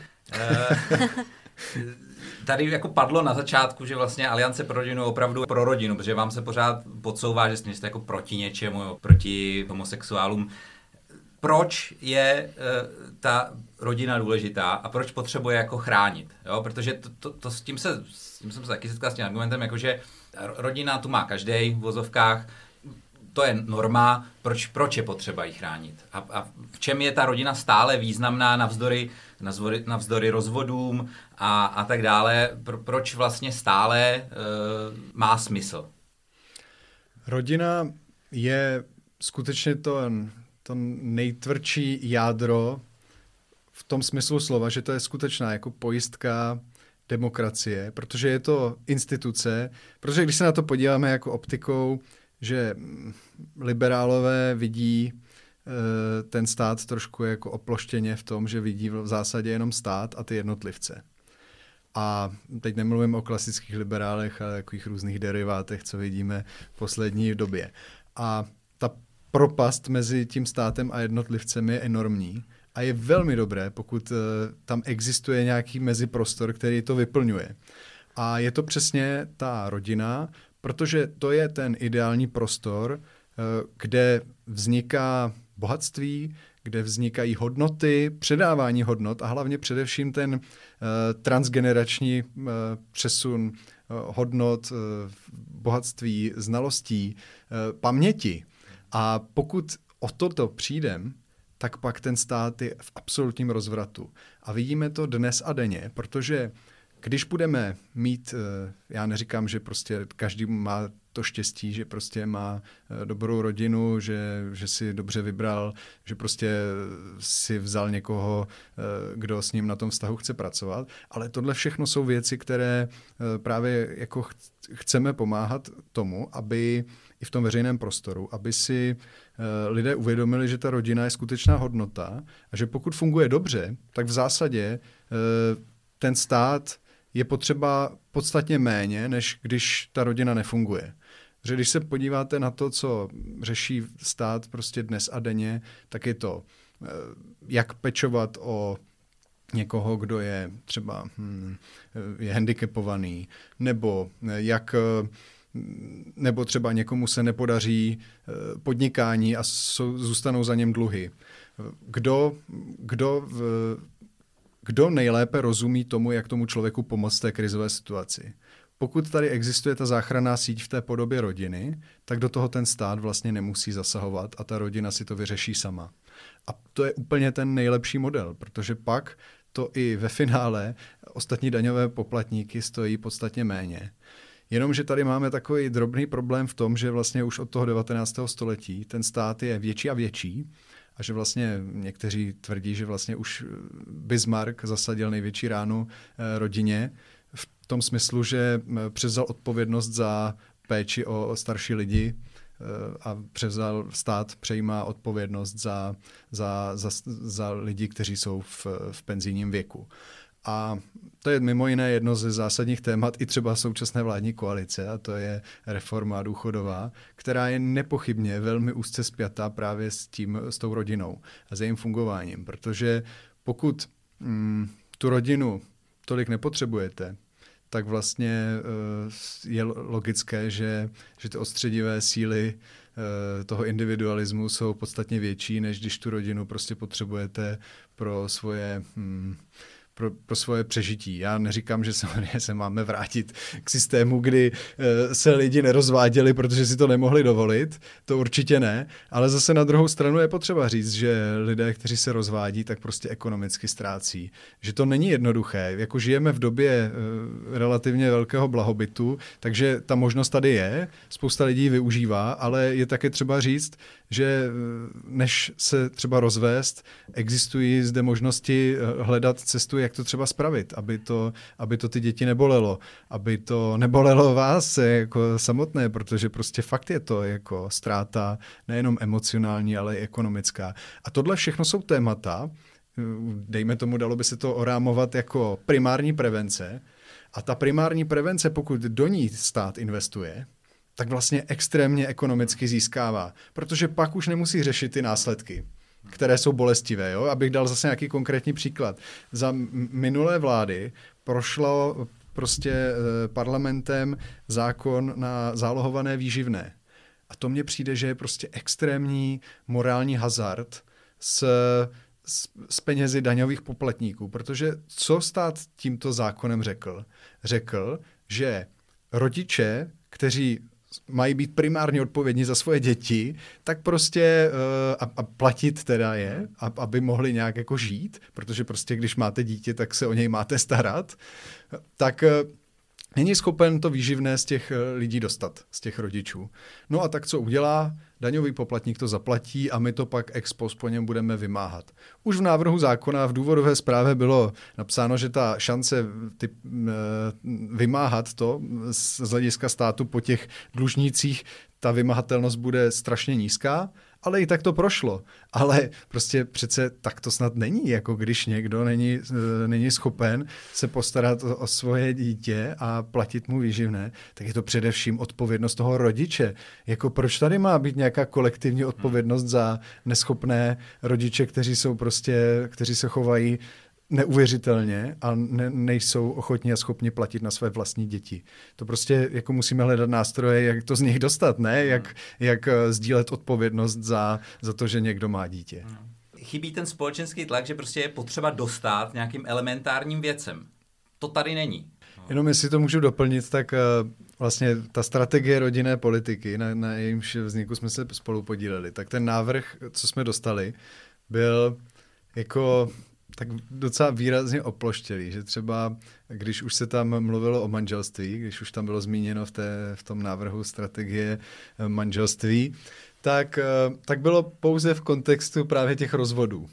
tady jako padlo na začátku, že vlastně Aliance pro rodinu je opravdu pro rodinu, protože vám se pořád podsouvá, že jste jako proti něčemu, jo, proti homosexuálům. Proč je uh, ta rodina důležitá a proč potřebuje jako chránit? Jo? Protože to, to, to s, tím se, s tím jsem se taky setkal s tím argumentem, jakože rodina tu má každej v vozovkách, to je norma, proč, proč je potřeba ji chránit? A, a v čem je ta rodina stále významná navzdory, navzdory, navzdory rozvodům a, a tak dále? Pro, proč vlastně stále uh, má smysl? Rodina je skutečně to... to nejtvrdší jádro v tom smyslu slova, že to je skutečná jako pojistka demokracie, protože je to instituce, protože když se na to podíváme jako optikou, že liberálové vidí e, ten stát trošku jako oploštěně v tom, že vidí v zásadě jenom stát a ty jednotlivce. A teď nemluvím o klasických liberálech, ale takových různých derivátech, co vidíme v poslední době. A ta propast mezi tím státem a jednotlivcem je enormní a je velmi dobré, pokud uh, tam existuje nějaký meziprostor, který to vyplňuje. A je to přesně ta rodina, protože to je ten ideální prostor, uh, kde vzniká bohatství, kde vznikají hodnoty, předávání hodnot a hlavně především ten uh, transgenerační uh, přesun uh, hodnot, uh, bohatství, znalostí, uh, paměti. A pokud o toto přijdem, tak pak ten stát je v absolutním rozvratu. A vidíme to dnes a denně, protože když budeme mít, já neříkám, že prostě každý má to štěstí, že prostě má dobrou rodinu, že, že si dobře vybral, že prostě si vzal někoho, kdo s ním na tom vztahu chce pracovat, ale tohle všechno jsou věci, které právě jako chceme pomáhat tomu, aby i v tom veřejném prostoru, aby si lidé uvědomili, že ta rodina je skutečná hodnota a že pokud funguje dobře, tak v zásadě ten stát je potřeba podstatně méně, než když ta rodina nefunguje. Že když se podíváte na to, co řeší stát prostě dnes a denně, tak je to, jak pečovat o někoho, kdo je třeba hm, je handicapovaný, nebo jak nebo třeba někomu se nepodaří podnikání a jsou, zůstanou za něm dluhy. Kdo, kdo, kdo nejlépe rozumí tomu, jak tomu člověku pomoct v té krizové situaci? Pokud tady existuje ta záchranná síť v té podobě rodiny, tak do toho ten stát vlastně nemusí zasahovat a ta rodina si to vyřeší sama. A to je úplně ten nejlepší model, protože pak to i ve finále ostatní daňové poplatníky stojí podstatně méně. Jenomže tady máme takový drobný problém v tom, že vlastně už od toho devatenáctého století ten stát je větší a větší a že vlastně někteří tvrdí, že vlastně už Bismarck zasadil největší ránu rodině v tom smyslu, že převzal odpovědnost za péči o starší lidi a převzal stát, přejímá odpovědnost za, za, za, za lidi, kteří jsou v, v penzijním věku. A to je mimo jiné jedno ze zásadních témat i třeba současné vládní koalice, a to je reforma důchodová, která je nepochybně velmi úzce spjatá právě s tím, s tou rodinou a s jejím fungováním, protože pokud mm, tu rodinu tolik nepotřebujete, tak vlastně uh, je logické, že, že ty odstředivé síly uh, toho individualismu jsou podstatně větší, než když tu rodinu prostě potřebujete pro svoje... Hmm, Pro, pro svoje přežití. Já neříkám, že samozřejmě se máme vrátit k systému, kdy e, se lidi nerozváděli, protože si to nemohli dovolit. To určitě ne. Ale zase na druhou stranu je potřeba říct, že lidé, kteří se rozvádí, tak prostě ekonomicky ztrácí. Že to není jednoduché. Jako žijeme v době e, relativně velkého blahobytu, takže ta možnost tady je. Spousta lidí využívá, ale je také třeba říct, že než se třeba rozvést, existují zde možnosti hledat cestu, jak to třeba spravit, aby to, aby to ty děti nebolelo, aby to nebolelo vás jako samotné, protože prostě fakt je to jako ztráta nejenom emocionální, ale i ekonomická. A tohle všechno jsou témata, dejme tomu, dalo by se to orámovat jako primární prevence, a ta primární prevence, pokud do ní stát investuje, tak vlastně extrémně ekonomicky získává, protože pak už nemusí řešit ty následky, které jsou bolestivé. Jo? Abych dal zase nějaký konkrétní příklad. Za minulé vlády prošlo prostě parlamentem zákon na zálohované výživné. A to mně přijde, že je prostě extrémní morální hazard s, s, s penězi daňových poplatníků, protože co stát tímto zákonem řekl? Řekl, že rodiče, kteří mají být primárně odpovědní za svoje děti, tak prostě uh, a, a platit teda je, a, aby mohli nějak jako žít, protože prostě když máte dítě, tak se o něj máte starat, tak uh, není schopen to výživné z těch uh, lidí dostat, z těch rodičů. No a tak co udělá? Daňový poplatník to zaplatí a my to pak ex post po něm budeme vymáhat. Už v návrhu zákona v důvodové zprávě bylo napsáno, že ta šance ty, vymáhat to z hlediska státu po těch dlužnících, ta vymahatelnost bude strašně nízká, ale i tak to prošlo. Ale prostě přece tak to snad není, jako když někdo není, není schopen se postarat o, o svoje dítě a platit mu výživné, tak je to především odpovědnost toho rodiče. Jako proč tady má být nějaká kolektivní odpovědnost za neschopné rodiče, kteří jsou prostě, kteří se chovají neuvěřitelně a ne, nejsou ochotní a schopni platit na své vlastní děti. To prostě jako musíme hledat nástroje, jak to z nich dostat, ne? Jak, jak sdílet odpovědnost za, za to, že někdo má dítě. chybí ten společenský tlak, že prostě je potřeba dostat nějakým elementárním věcem. To tady není. No. Jenom jestli to můžu doplnit, tak uh, vlastně ta strategie rodinné politiky, na, na jejímž vzniku jsme se spolu podíleli, tak ten návrh, co jsme dostali, byl jako tak docela výrazně oploštělý, že třeba když už se tam mluvilo o manželství, když už tam bylo zmíněno v, té, v tom návrhu strategie manželství, tak, tak bylo pouze v kontextu právě těch rozvodů.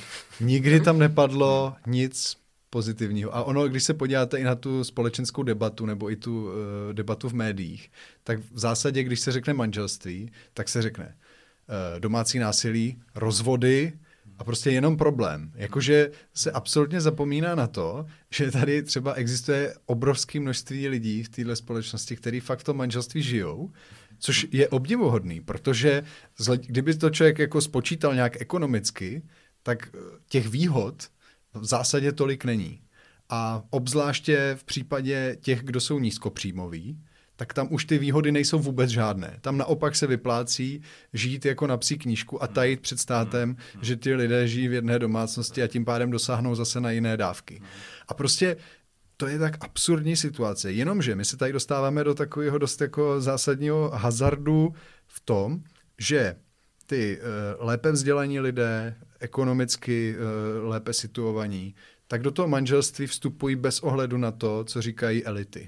Nikdy tam nepadlo nic pozitivního. A ono, když se podíváte i na tu společenskou debatu nebo i tu uh, debatu v médiích, tak v zásadě, když se řekne manželství, tak se řekne uh, domácí násilí, rozvody, a prostě jenom problém. Jakože se absolutně zapomíná na to, že tady třeba existuje obrovské množství lidí v této společnosti, kteří fakt v tom manželství žijou, což je obdivuhodný, protože kdyby to člověk jako spočítal nějak ekonomicky, tak těch výhod v zásadě tolik není. A obzvláště v případě těch, kdo jsou nízkopříjmoví, tak tam už ty výhody nejsou vůbec žádné. Tam naopak se vyplácí žít jako na psí knížku a tajit před státem, že ty lidé žijí v jedné domácnosti a tím pádem dosáhnou zase na jiné dávky. A prostě to je tak absurdní situace. Jenomže my se tady dostáváme do takového dost jako zásadního hazardu v tom, že ty uh, lépe vzdělaní lidé, ekonomicky uh, lépe situovaní, tak do toho manželství vstupují bez ohledu na to, co říkají elity.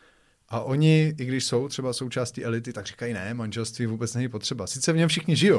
A oni, i když jsou třeba součástí elity, tak říkají, ne, manželství vůbec není potřeba. Sice v něm všichni žijou,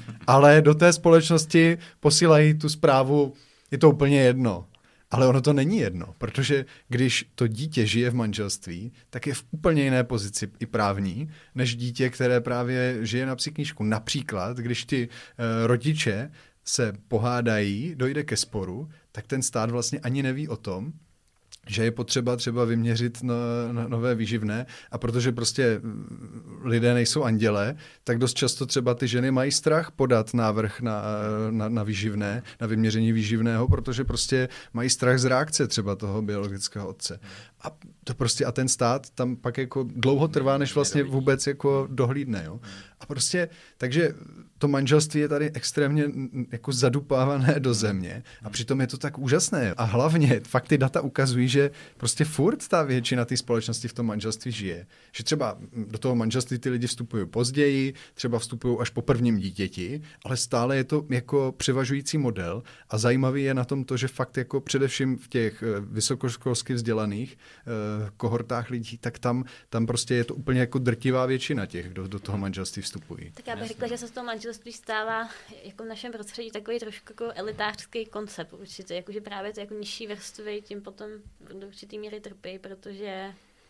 ale do té společnosti posílají tu zprávu, je to úplně jedno. Ale ono to není jedno, protože když to dítě žije v manželství, tak je v úplně jiné pozici i právní, než dítě, které právě žije na psí knížku. Například, když ty uh, rodiče se pohádají, dojde ke sporu, tak ten stát vlastně ani neví o tom, že je potřeba třeba vyměřit no, no, nové výživné a protože prostě lidé nejsou andělé, tak dost často třeba ty ženy mají strach podat návrh na, na, na výživné, na vyměření výživného, protože prostě mají strach z reakce třeba toho biologického otce. A to prostě a ten stát tam pak jako dlouho trvá, než vlastně vůbec jako dohlídne. Jo? A prostě, takže to manželství je tady extrémně jako zadupávané do země a přitom je to tak úžasné. A hlavně fakt ty data ukazují, že prostě furt ta většina té společnosti v tom manželství žije. Že třeba do toho manželství ty lidi vstupují později, třeba vstupují až po prvním dítěti, ale stále je to jako převažující model a zajímavý je na tom to, že fakt jako především v těch vysokoškolsky vzdělaných kohortách lidí, tak tam, tam prostě je to úplně jako drtivá většina těch, kdo do toho manželství vstupují. Tak já bych řekla, že se z toho manželství stává jako v našem prostředí takový trošku jako elitářský koncept určitě, jakože právě to jako nižší vrstvy tím potom do určitý míry trpí, protože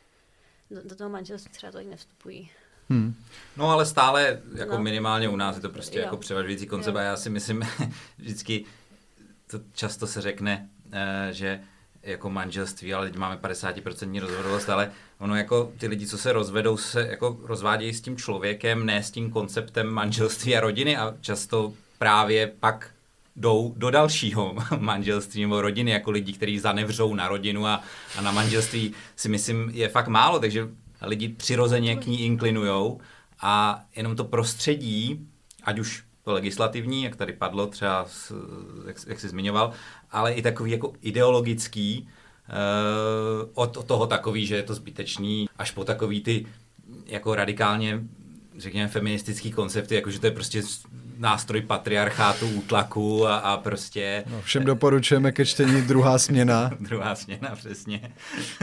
do, do toho manželství třeba tolik nevstupují. Hmm. No ale stále jako no. minimálně u nás je to prostě jo. jako převažující koncept a já si myslím, vždycky to často se řekne, že jako manželství, ale teď máme padesát procent rozvodovost, ale ono jako ty lidi, co se rozvedou, se jako rozvádějí s tím člověkem, ne s tím konceptem manželství a rodiny a často právě pak jdou do dalšího manželství nebo rodiny jako lidi, kteří zanevřou na rodinu a, a na manželství si myslím je fakt málo, takže lidi přirozeně k ní inklinujou a jenom to prostředí, ať už to legislativní, jak tady padlo třeba, jak, jak jsi zmiňoval, ale i takový jako ideologický, uh, od, od toho takový, že je to zbytečný, až po takový ty jako radikálně, řekněme, feministický koncepty, jakože to je prostě nástroj patriarchátu, útlaku a, a prostě... No, všem doporučujeme ke čtení Druhá směna. Druhá směna, přesně.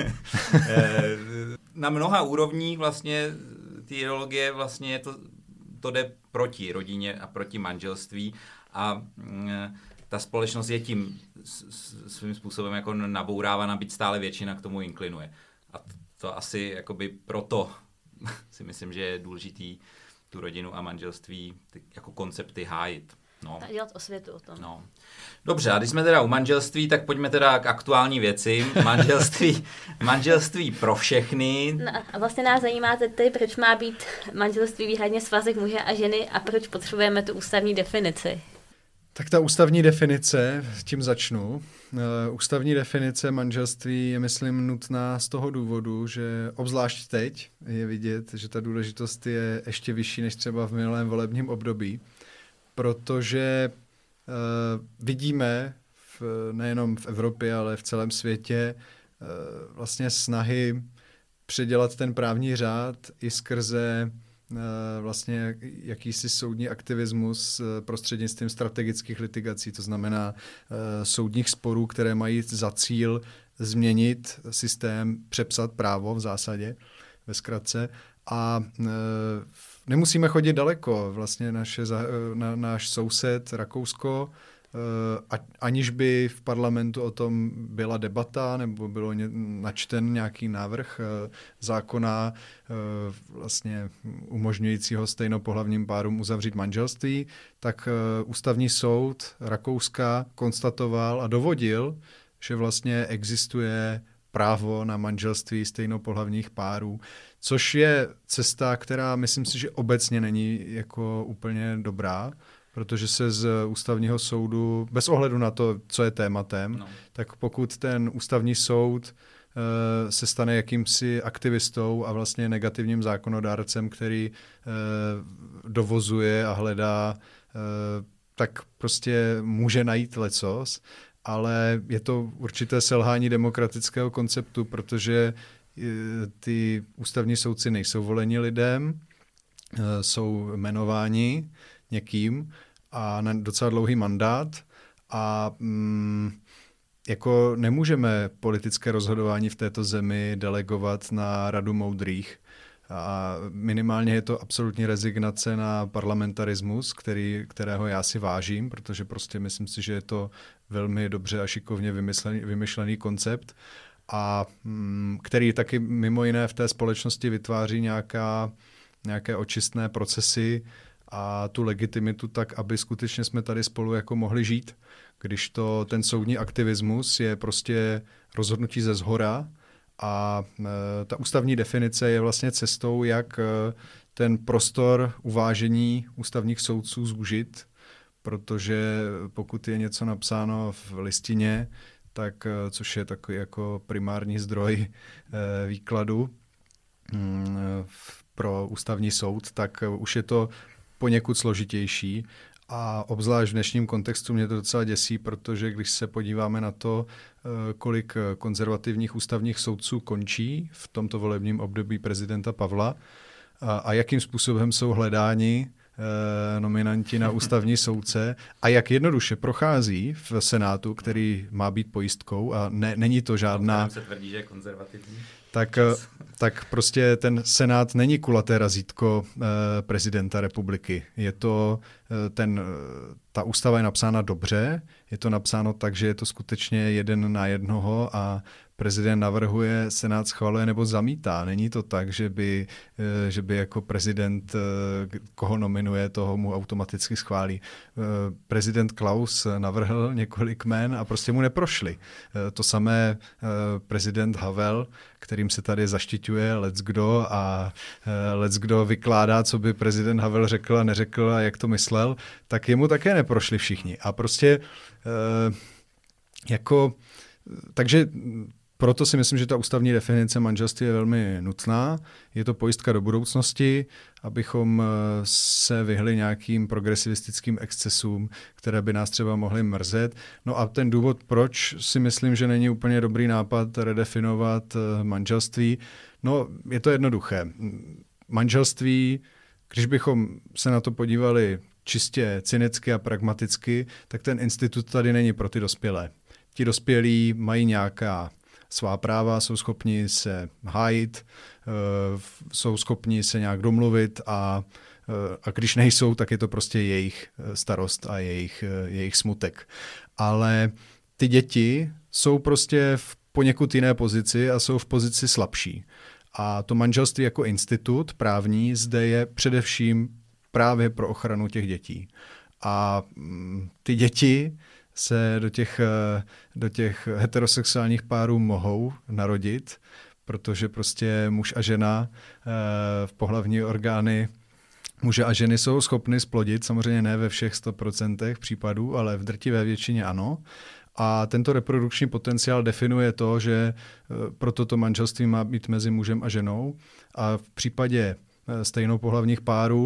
Na mnoha úrovních vlastně ty ideologie vlastně je to, to jde proti rodině a proti manželství a ta společnost je tím svým způsobem jako nabourávána, byť stále většina k tomu inklinuje. A to asi jakoby proto si myslím, že je důležitý tu rodinu a manželství ty, jako koncepty hájit. No. A dělat osvětu o tom. No. Dobře, a když jsme teda u manželství, tak pojďme teda k aktuální věci. Manželství, manželství pro všechny. No a vlastně nás zajímá tedy, proč má být manželství výhradně svazek muže a ženy a proč potřebujeme tu ústavní definici. Tak ta ústavní definice, tím začnu. Uh, ústavní definice manželství je, myslím, nutná z toho důvodu, že obzvlášť teď je vidět, že ta důležitost je ještě vyšší než třeba v minulém volebním období, protože vidíme v, nejenom v Evropě, ale v celém světě vlastně snahy předělat ten právní řád i skrze vlastně jakýsi soudní aktivismus prostřednictvím strategických litigací, to znamená soudních sporů, které mají za cíl změnit systém, přepsat právo v zásadě, ve zkratce. A nemusíme chodit daleko. Vlastně naše, na, náš soused Rakousko, aniž by v parlamentu o tom byla debata nebo bylo načten nějaký návrh zákona vlastně umožňujícího stejnopohlavním párům uzavřít manželství, tak ústavní soud Rakouska konstatoval a dovodil, že vlastně existuje právo na manželství stejnopohlavních párů, což je cesta, která myslím si, že obecně není jako úplně dobrá, protože se z ústavního soudu, bez ohledu na to, co je tématem, no. tak pokud ten ústavní soud uh, se stane jakýmsi aktivistou a vlastně negativním zákonodárcem, který uh, dovozuje a hledá, uh, tak prostě může najít lecos, ale je to určité selhání demokratického konceptu, protože uh, ty ústavní soudci nejsou voleni lidem, uh, jsou jmenováni někým a na docela dlouhý mandát a mm, jako nemůžeme politické rozhodování v této zemi delegovat na Radu moudrých a minimálně je to absolutní rezignace na parlamentarismus, který, kterého já si vážím, protože prostě myslím si, že je to velmi dobře a šikovně vymyslený, vymyšlený koncept a mm, který taky mimo jiné v té společnosti vytváří nějaká, nějaké očistné procesy a tu legitimitu tak, aby skutečně jsme tady spolu jako mohli žít. Když to ten soudní aktivismus je prostě rozhodnutí ze zhora a e, ta ústavní definice je vlastně cestou, jak e, ten prostor uvážení ústavních soudců zúžit, protože pokud je něco napsáno v listině, tak, e, což je takový jako primární zdroj e, výkladu mm, pro ústavní soud, tak e, už je to poněkud složitější a obzvlášť v dnešním kontextu mě to docela děsí, protože když se podíváme na to, kolik konzervativních ústavních soudců končí v tomto volebním období prezidenta Pavla a, a jakým způsobem jsou hledáni eh, nominanti na ústavní soudce a jak jednoduše prochází v Senátu, který má být pojistkou a ne, není to žádná... se tvrdí, že je konzervativní. Tak, tak prostě ten Senát není kulaté razítko eh, prezidenta republiky. Je to ten, ta ústava je napsána dobře, je to napsáno tak, že je to skutečně jeden na jednoho a prezident navrhuje, Senát schvaluje nebo zamítá. Není to tak, že by, že by jako prezident, koho nominuje, toho mu automaticky schválí. Prezident Klaus navrhl několik jmen a prostě mu neprošli. To samé prezident Havel, kterým se tady zaštiťuje leckdo a leckdo vykládá, co by prezident Havel řekl a neřekl a jak to myslel, tak jemu také neprošli všichni. A prostě jako, takže proto si myslím, že ta ústavní definice manželství je velmi nutná. Je to pojistka do budoucnosti, abychom se vyhli nějakým progresivistickým excesům, které by nás třeba mohly mrzet. No a ten důvod, proč si myslím, že není úplně dobrý nápad redefinovat manželství, no je to jednoduché. Manželství, když bychom se na to podívali čistě cynicky a pragmaticky, tak ten institut tady není pro ty dospělé. Ti dospělí mají nějaká svá práva, jsou schopni se hájit, jsou schopni se nějak domluvit a, a když nejsou, tak je to prostě jejich starost a jejich, jejich smutek. Ale ty děti jsou prostě v poněkud jiné pozici a jsou v pozici slabší. A to manželství jako institut právní zde je především právě pro ochranu těch dětí. A ty děti se do těch, do těch heterosexuálních párů mohou narodit, protože prostě muž a žena v pohlavní orgány muže a ženy jsou schopny splodit, samozřejmě ne ve všech sto procent případů, ale v drtivé většině ano. A tento reprodukční potenciál definuje to, že proto to manželství má být mezi mužem a ženou. A v případě stejnopohlavních párů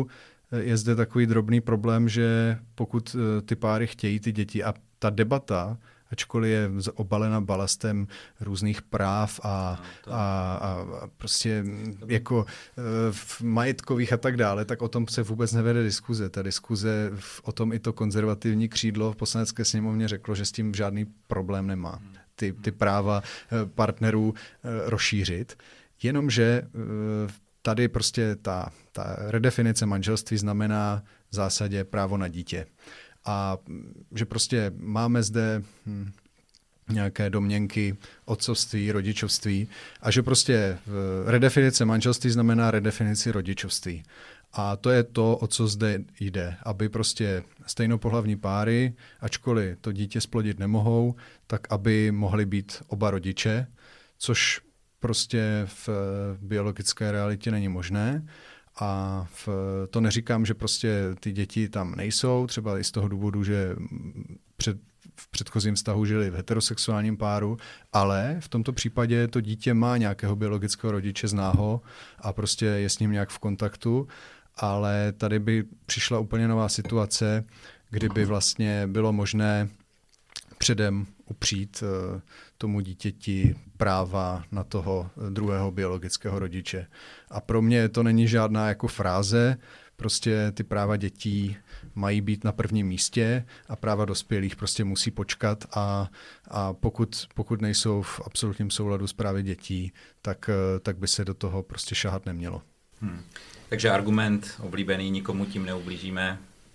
je zde takový drobný problém, že pokud ty páry chtějí ty děti a ta debata, ačkoliv je obalena balastem různých práv a, a, a prostě jako v majetkových a tak dále, tak o tom se vůbec nevede diskuze. Ta diskuze o tom i to konzervativní křídlo v Poslanecké sněmovně řeklo, že s tím žádný problém nemá. Ty, ty práva partnerů rozšířit. Jenomže tady prostě ta, ta redefinice manželství znamená v zásadě právo na dítě. A že prostě máme zde hm, nějaké domněnky otcovství, rodičovství a že prostě redefinice manželství znamená redefinici rodičovství. A to je to, o co zde jde, aby prostě stejnopohlavní páry, ačkoliv to dítě splodit nemohou, tak aby mohli být oba rodiče, což prostě v biologické realitě není možné. A v, to neříkám, že prostě ty děti tam nejsou, třeba i z toho důvodu, že před, v předchozím vztahu žili v heterosexuálním páru, ale v tomto případě to dítě má nějakého biologického rodiče, zná ho a prostě je s ním nějak v kontaktu, ale tady by přišla úplně nová situace, kdyby vlastně bylo možné předem upřít uh, tomu dítěti práva na toho druhého biologického rodiče. A pro mě to není žádná jako fráze, prostě ty práva dětí mají být na prvním místě a práva dospělých prostě musí počkat a, a pokud, pokud nejsou v absolutním souladu s právy dětí, tak, tak by se do toho prostě šahat nemělo. Hmm. Takže argument oblíbený, nikomu tím neublížíme,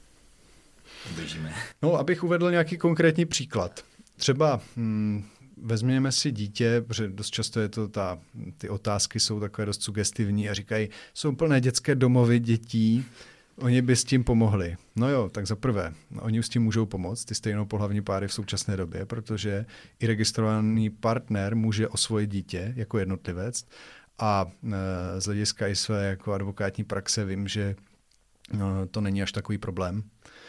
ublížíme. No, abych uvedl nějaký konkrétní příklad. Třeba hm, vezměme si dítě, protože dost často je to ta, ty otázky jsou takové dost sugestivní a říkají, jsou plné dětské domovy dětí, oni by s tím pomohli. No jo, tak za prvé, oni s tím můžou pomoct, ty stejnopohlavní páry v současné době, protože i registrovaný partner může osvojit dítě jako jednotlivec a e, z hlediska i své jako advokátní praxe vím, že no, to není až takový problém.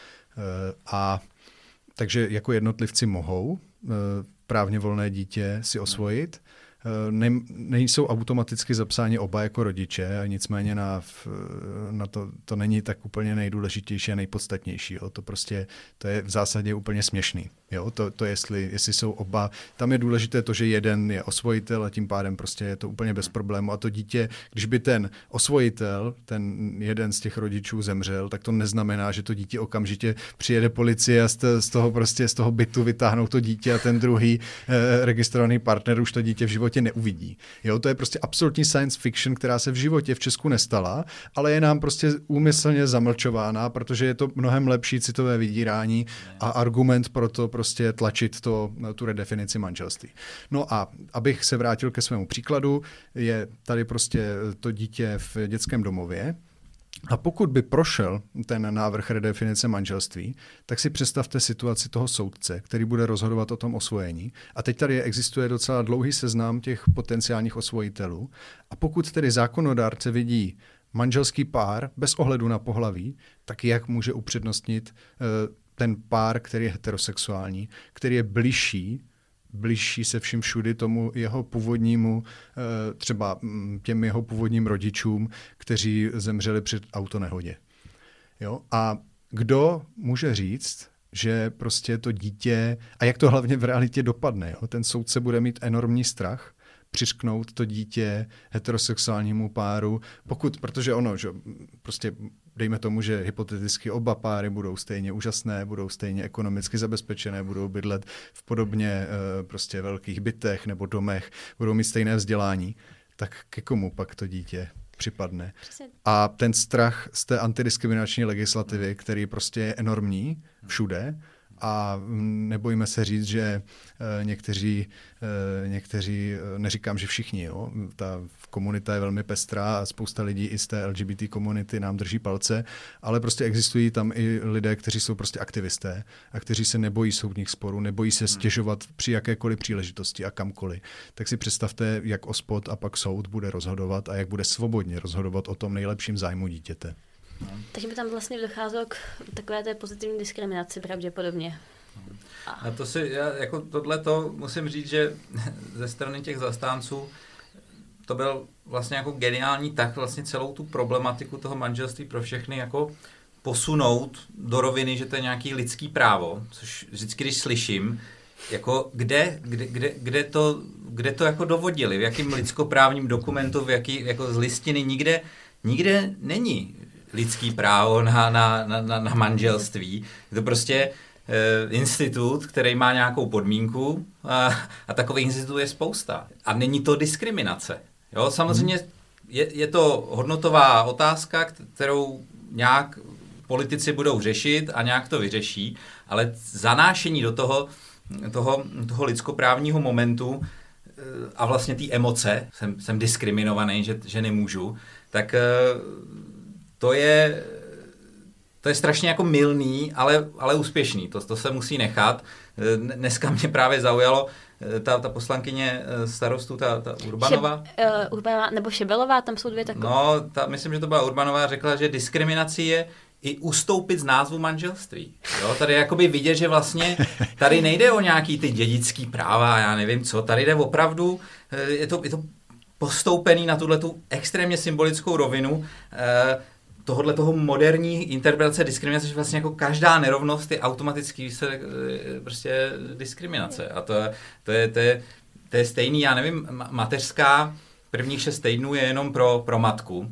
E, a takže jako jednotlivci mohou e, právně volné dítě si osvojit. Ne, nejsou automaticky zapsáni oba jako rodiče, a nicméně na, na to, to není tak úplně nejdůležitější a nejpodstatnější. Jo. To prostě to je v zásadě úplně směšný. Jo. To, to jestli, jestli jsou oba, tam je důležité to, že jeden je osvojitel a tím pádem prostě je to úplně bez problému. A to dítě, když by ten osvojitel, ten jeden z těch rodičů zemřel, tak to neznamená, že to dítě okamžitě přijede policie a z toho prostě z toho bytu vytáhnou to dítě a ten druhý eh, registrovaný partner už to dítě v životě neuvidí. Jo, to je prostě absolutní science fiction, která se v životě v Česku nestala, ale je nám prostě úmyslně zamlčována, protože je to mnohem lepší citové vydírání a argument pro to prostě tlačit to, tu redefinici manželství. No a abych se vrátil ke svému příkladu, je tady prostě to dítě v dětském domově. A pokud by prošel ten návrh redefinice manželství, tak si představte situaci toho soudce, který bude rozhodovat o tom osvojení. A teď tady existuje docela dlouhý seznam těch potenciálních osvojitelů. A pokud tedy zákonodárce vidí manželský pár bez ohledu na pohlaví, tak jak může upřednostnit uh, ten pár, který je heterosexuální, který je bližší, bližší se vším všudy tomu jeho původnímu, třeba těm jeho původním rodičům, kteří zemřeli před autonehodě. Jo? A kdo může říct, že prostě to dítě, a jak to hlavně v realitě dopadne, jo? Ten soudce bude mít enormní strach přiřknout to dítě heterosexuálnímu páru, pokud, protože ono, že prostě dejme tomu, že hypoteticky oba páry budou stejně úžasné, budou stejně ekonomicky zabezpečené, budou bydlet v podobně prostě velkých bytech nebo domech, budou mít stejné vzdělání, tak ke komu pak to dítě připadne? A ten strach z té antidiskriminační legislativy, který prostě je enormní všude, a nebojíme se říct, že někteří, někteří, neříkám, že všichni, jo, ta komunita je velmi pestrá a spousta lidí i z té L G B T komunity nám drží palce, ale prostě existují tam i lidé, kteří jsou prostě aktivisté a kteří se nebojí soudních sporů, nebojí se stěžovat při jakékoliv příležitosti a kamkoliv. Tak si představte, jak OSPOD a pak soud bude rozhodovat a jak bude svobodně rozhodovat o tom nejlepším zájmu dítěte. No. Takže by tam vlastně docházelo k takové té pozitivní diskriminaci pravděpodobně. A, a to si, já jako tohleto musím říct, že ze strany těch zastánců to byl vlastně jako geniální tak vlastně celou tu problematiku toho manželství pro všechny jako posunout do roviny, že to je nějaký lidský právo, což vždycky, když slyším, jako kde, kde, kde, kde, to, kde to jako dovodili, v jakým lidskoprávním dokumentu, v jaký, jako z listiny, nikde, nikde není lidský právo na, na, na, na manželství. Je to prostě e, institut, který má nějakou podmínku a, a takových institutů je spousta. A není to diskriminace. Jo, samozřejmě je, je to hodnotová otázka, kterou nějak politici budou řešit a nějak to vyřeší, ale zanášení do toho, toho, toho lidskoprávního momentu a vlastně té emoce, jsem, jsem diskriminovaný, že, že nemůžu, tak to je, to je strašně jako mylný, ale, ale úspěšný. To, to se musí nechat. Dneska mě právě zaujalo, ta, ta poslankyně starostu, ta, ta Urbanová. Šeb, uh, Urbanová nebo Šebelová, tam jsou dvě takové. No, ta, myslím, že to byla Urbanová, řekla, že diskriminací je i ustoupit z názvu manželství. Jo, tady jakoby vidět, že vlastně tady nejde o nějaký ty dědický práva, já nevím co, tady jde opravdu, je to, je to postoupený na tuhletu extrémně symbolickou rovinu eh, tohodle toho moderní interpretace diskriminace, že vlastně jako každá nerovnost je automatický výsledek eh, prostě diskriminace. A to, to, je, to, je, to je stejný, já nevím, mateřská prvních šest týdnů je jenom pro, pro matku.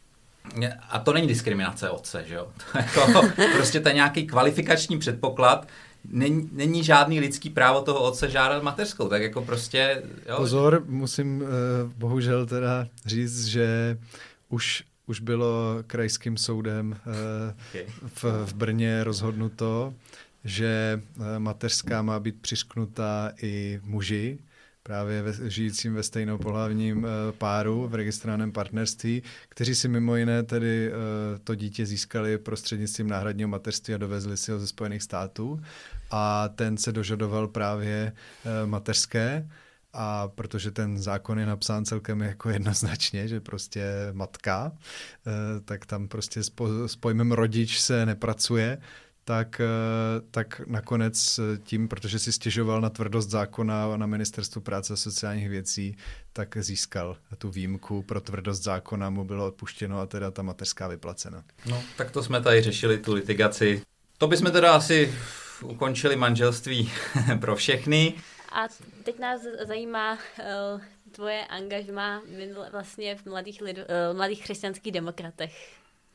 A to není diskriminace otce, že jo? To jako, prostě to je nějaký kvalifikační předpoklad, není, není žádný lidský právo toho otce žádat mateřskou, tak jako prostě... Jo. Pozor, musím uh, bohužel teda říct, že už, už bylo krajským soudem uh, okay. v, v Brně rozhodnuto, že uh, mateřská má být přiřknutá i muži, právě ve, žijícím ve stejnopohlavním e, páru v registrovaném partnerství, kteří si mimo jiné tedy e, to dítě získali prostřednictvím náhradního mateřství a dovezli si ho ze Spojených států. A ten se dožadoval právě e, mateřské, a protože ten zákon je napsán celkem jako jednoznačně, že prostě matka, e, tak tam prostě s, po, s pojmem rodič se nepracuje, tak, tak nakonec tím, protože si stěžoval na tvrdost zákona na Ministerstvu práce a sociálních věcí, tak získal tu výjimku pro tvrdost zákona, mu bylo odpuštěno a teda ta mateřská vyplacena. No, tak to jsme tady řešili, tu litigaci. To bychom teda asi ukončili manželství pro všechny. A teď nás zajímá uh, tvoje angažmá vlastně v mladých, lidu, uh, mladých křesťanských demokratech.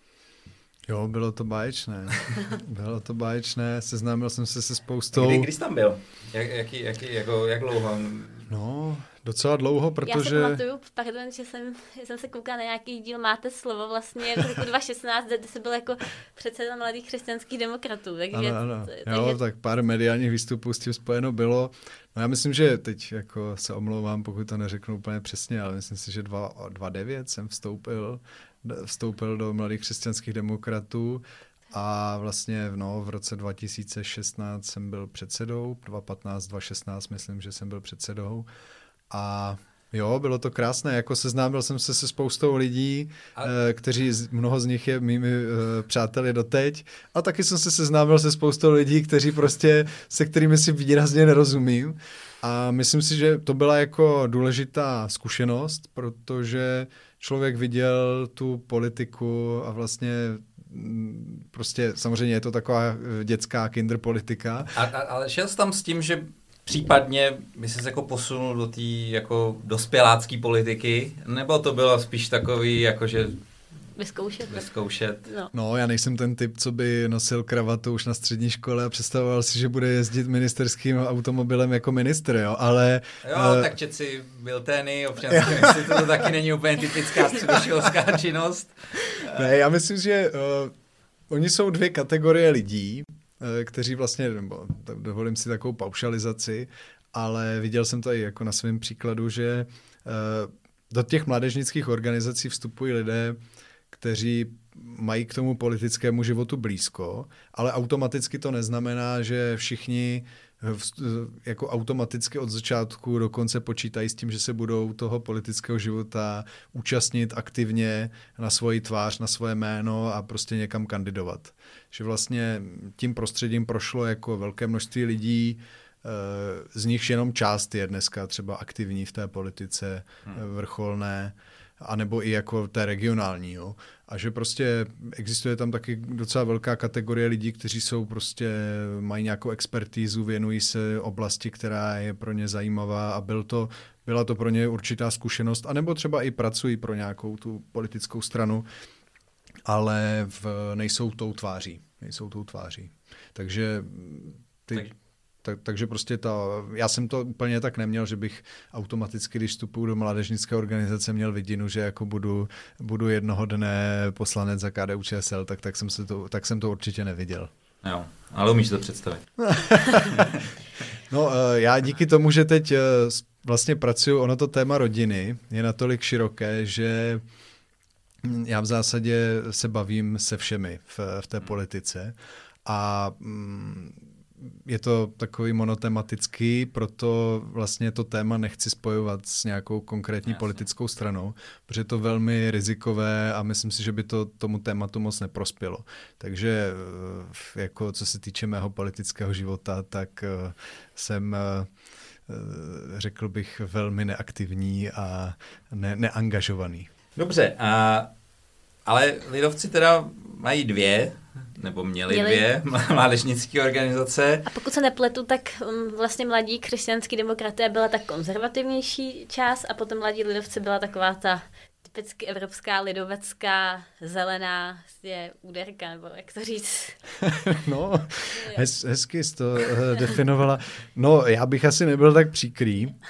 Jo, bylo to báječné. Bylo to báječné, seznámil jsem se se spoustou... Kdy, kdy jsi tam byl? Jak, jaký, jaký, jako, jak dlouho? No, docela dlouho, protože... Já si pamatuju, pardon, že jsem, jsem se koukala na nějaký díl Máte slovo vlastně v roku dva tisíce šestnáct, kde jsi byl jako předseda mladých křesťanských demokratů. Takže, ano, ano. To, jo, takže... tak pár mediálních výstupů s tím spojeno bylo. No já myslím, že teď jako se omlouvám, pokud to neřeknu úplně přesně, ale myslím si, že dva tisíce devět jsem vstoupil vstoupil do mladých křesťanských demokratů a vlastně no, v roce dva tisíce šestnáct jsem byl předsedou, dva tisíce patnáct, dva tisíce šestnáct myslím, že jsem byl předsedou a jo, bylo to krásné, jako seznámil jsem se se spoustou lidí, ale... kteří, mnoho z nich je mými uh, přáteli doteď a taky jsem se seznámil se spoustou lidí, kteří prostě, se kterými si výrazně nerozumím a myslím si, že to byla jako důležitá zkušenost, protože člověk viděl tu politiku a vlastně prostě samozřejmě je to taková dětská kinderpolitika. A, a, ale šel jsi tam s tím, že případně by ses jako posunul do té jako dospělácké politiky, nebo to bylo spíš takový, jakože Vyzkoušet. Vyzkoušet. No. no, já nejsem ten typ, co by nosil kravatu už na střední škole a představoval si, že bude jezdit ministerským automobilem jako ministr, jo, ale... Jo, uh... tak čet si biltény, občanský institut, to taky není úplně typická středoškolská činnost. Ne, já myslím, že uh, oni jsou dvě kategorie lidí, uh, kteří vlastně, nebo dovolím si takovou paušalizaci, ale viděl jsem to i jako na svém příkladu, že uh, do těch mládežnických organizací vstupují lidé, kteří mají k tomu politickému životu blízko, ale automaticky to neznamená, že všichni jako automaticky od začátku do konce počítají s tím, že se budou toho politického života účastnit aktivně na svoji tvář, na svoje jméno a prostě někam kandidovat. Že vlastně tím prostředím prošlo jako velké množství lidí, z nichž jenom část je dneska třeba aktivní v té politice vrcholné. anebo i jako té regionální, jo. A že prostě existuje tam taky docela velká kategorie lidí, kteří jsou prostě, mají nějakou expertízu, věnují se oblasti, která je pro ně zajímavá a byl to, byla to pro ně určitá zkušenost, anebo třeba i pracují pro nějakou tu politickou stranu, ale v, nejsou tou tváří. Nejsou tou tváří. Takže ty... Tak. Tak, takže prostě ta, já jsem to úplně tak neměl, že bych automaticky, když vstupuji do mládežnické organizace, měl vidinu, že jako budu, budu jednoho dne poslanec za K D U Č S L, tak, tak, jsem se to, tak jsem to určitě neviděl. Jo, ale umíš to představit. No já díky tomu, že teď vlastně pracuji, ono to téma rodiny je natolik široké, že já v zásadě se bavím se všemi v, v té politice a mm, je to takový monotematický, proto vlastně to téma nechci spojovat s nějakou konkrétní Jasně. politickou stranou, protože je to velmi rizikové a myslím si, že by to tomu tématu moc neprospělo. Takže jako co se týče mého politického života, tak jsem, řekl bych, velmi neaktivní a ne- neangažovaný. Dobře, a, ale lidovci teda mají dvě nebo měli, měli dvě mládežnické organizace. A pokud se nepletu, tak um, vlastně mladí křesťanský demokraté byla ta konzervativnější část a potom mladí lidovci byla taková ta typicky evropská, lidovecká, zelená je úderka, nebo jak to říct. No, hez, hezky jsi to uh, definovala. No, já bych asi nebyl tak příkrý. Uh,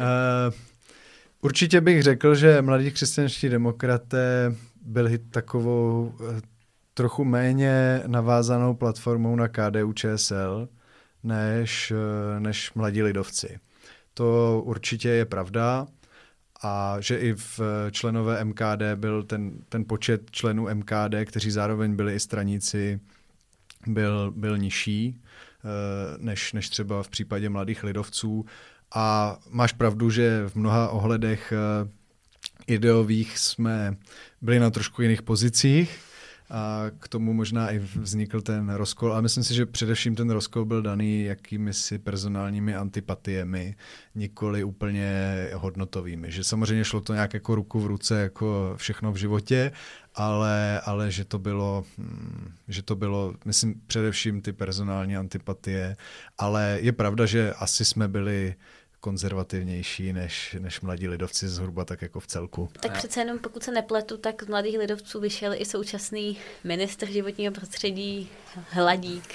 určitě bych řekl, že mladí křesťanští demokraté byli takovou uh, trochu méně navázanou platformou na K D U Č S L než, než mladí lidovci. To určitě je pravda a že i v členové M K D byl ten, ten počet členů M K D, kteří zároveň byli i straníci, byl, byl nižší než, než třeba v případě mladých lidovců. A máš pravdu, že v mnoha ohledech ideových jsme byli na trošku jiných pozicích, a k tomu možná i vznikl ten rozkol. A myslím si, že především ten rozkol byl daný jakými si personálními antipatiemi, nikoli úplně hodnotovými. Že samozřejmě šlo to nějak jako ruku v ruce, jako všechno v životě, ale, ale že to bylo, že to bylo, myslím, především ty personální antipatie. Ale je pravda, že asi jsme byli konzervativnější než, než mladí lidovci zhruba tak jako v celku. Tak přece jenom, pokud se nepletu, tak z mladých lidovců vyšel i současný ministr životního prostředí Hladík.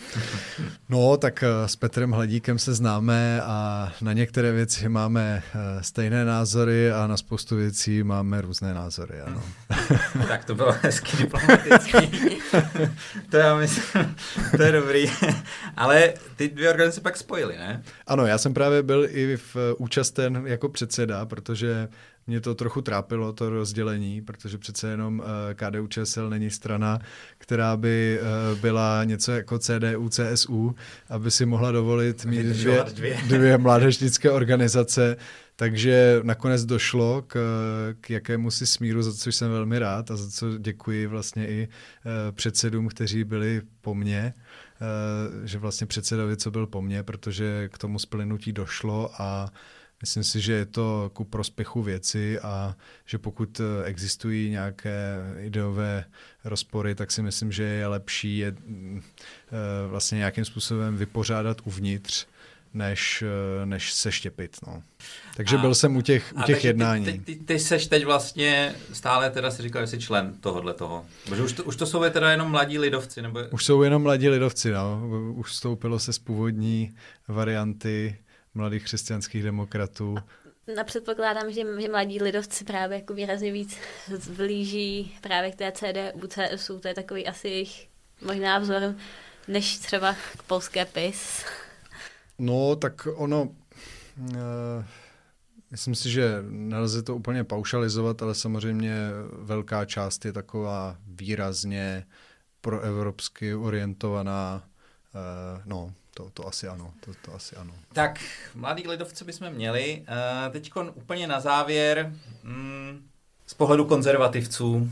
No, tak s Petrem Hladíkem se známe a na některé věci máme stejné názory a na spoustu věcí máme různé názory, ano. Tak to bylo hezky diplomatický. To já myslím, to je dobrý. Ale ty dvě organizace pak spojily, ne? Ano, já jsem právě byl i v účasten jako předseda, protože mě to trochu trápilo, to rozdělení, protože přece jenom K D U Č S L není strana, která by byla něco jako C D U, C S U, aby si mohla dovolit mít dvě, dvě mládežnické organizace. Takže nakonec došlo k, k jakému si smíru, za což jsem velmi rád a za co děkuji vlastně i předsedům, kteří byli po mně, že vlastně předsedovi, co byl po mně, protože k tomu splynutí došlo a myslím si, že je to ku prospěchu věci a že pokud existují nějaké ideové rozpory, tak si myslím, že je lepší je vlastně nějakým způsobem vypořádat uvnitř, než, než se štěpit. No. Takže a, byl jsem u těch, u těch jednání. Ty, ty, ty, ty seš teď vlastně stále teda si říkal, že jsi člen tohohle toho. Protože už to, už to jsou teda jenom mladí lidovci? Nebo... Už jsou jenom mladí lidovci, no. Už vstoupilo se z původní varianty mladých křesťanských demokratů. A předpokládám, že, že mladí lidovci právě jako výrazně víc zblíží právě k té C D U, C S U, to je takový asi jejich možná vzor, než třeba k polské P I S. No, tak ono, uh, myslím si, že nelze to úplně paušalizovat, ale samozřejmě velká část je taková výrazně proevropsky orientovaná, uh, no, To, to asi ano, to, to asi ano. Tak, mladí lidovci bychom měli. Uh, teď úplně na závěr, mm, z pohledu konzervativců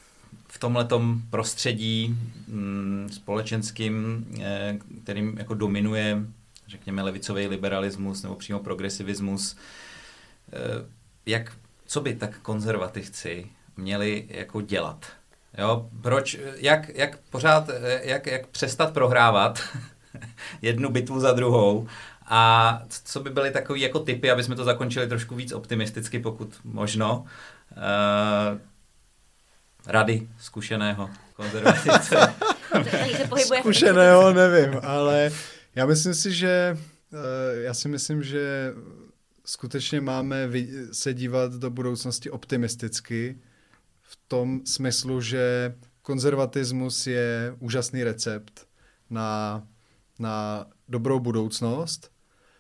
v tomhletom prostředí mm, společenským, eh, kterým jako dominuje, řekněme, levicový liberalismus nebo přímo progresivismus, eh, jak co by tak konzervativci měli jako dělat? Jo, proč, jak, jak pořád, jak, jak přestat prohrávat jednu bitvu za druhou a co by byly takový jako tipy, aby jsme to zakončili trošku víc optimisticky, pokud možno. Uh, rady zkušeného konzervativce. Zkušeného nevím, ale já myslím si, že já si myslím, že skutečně máme se dívat do budoucnosti optimisticky v tom smyslu, že konzervatismus je úžasný recept na, na dobrou budoucnost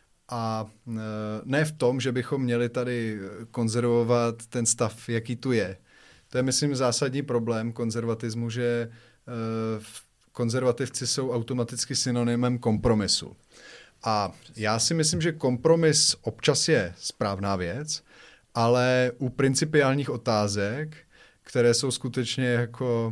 a ne v tom, že bychom měli tady konzervovat ten stav, jaký tu je. To je, myslím, zásadní problém konzervatismu, že konzervativci jsou automaticky synonymem kompromisu. A já si myslím, že kompromis občas je správná věc, ale u principiálních otázek, které jsou skutečně jako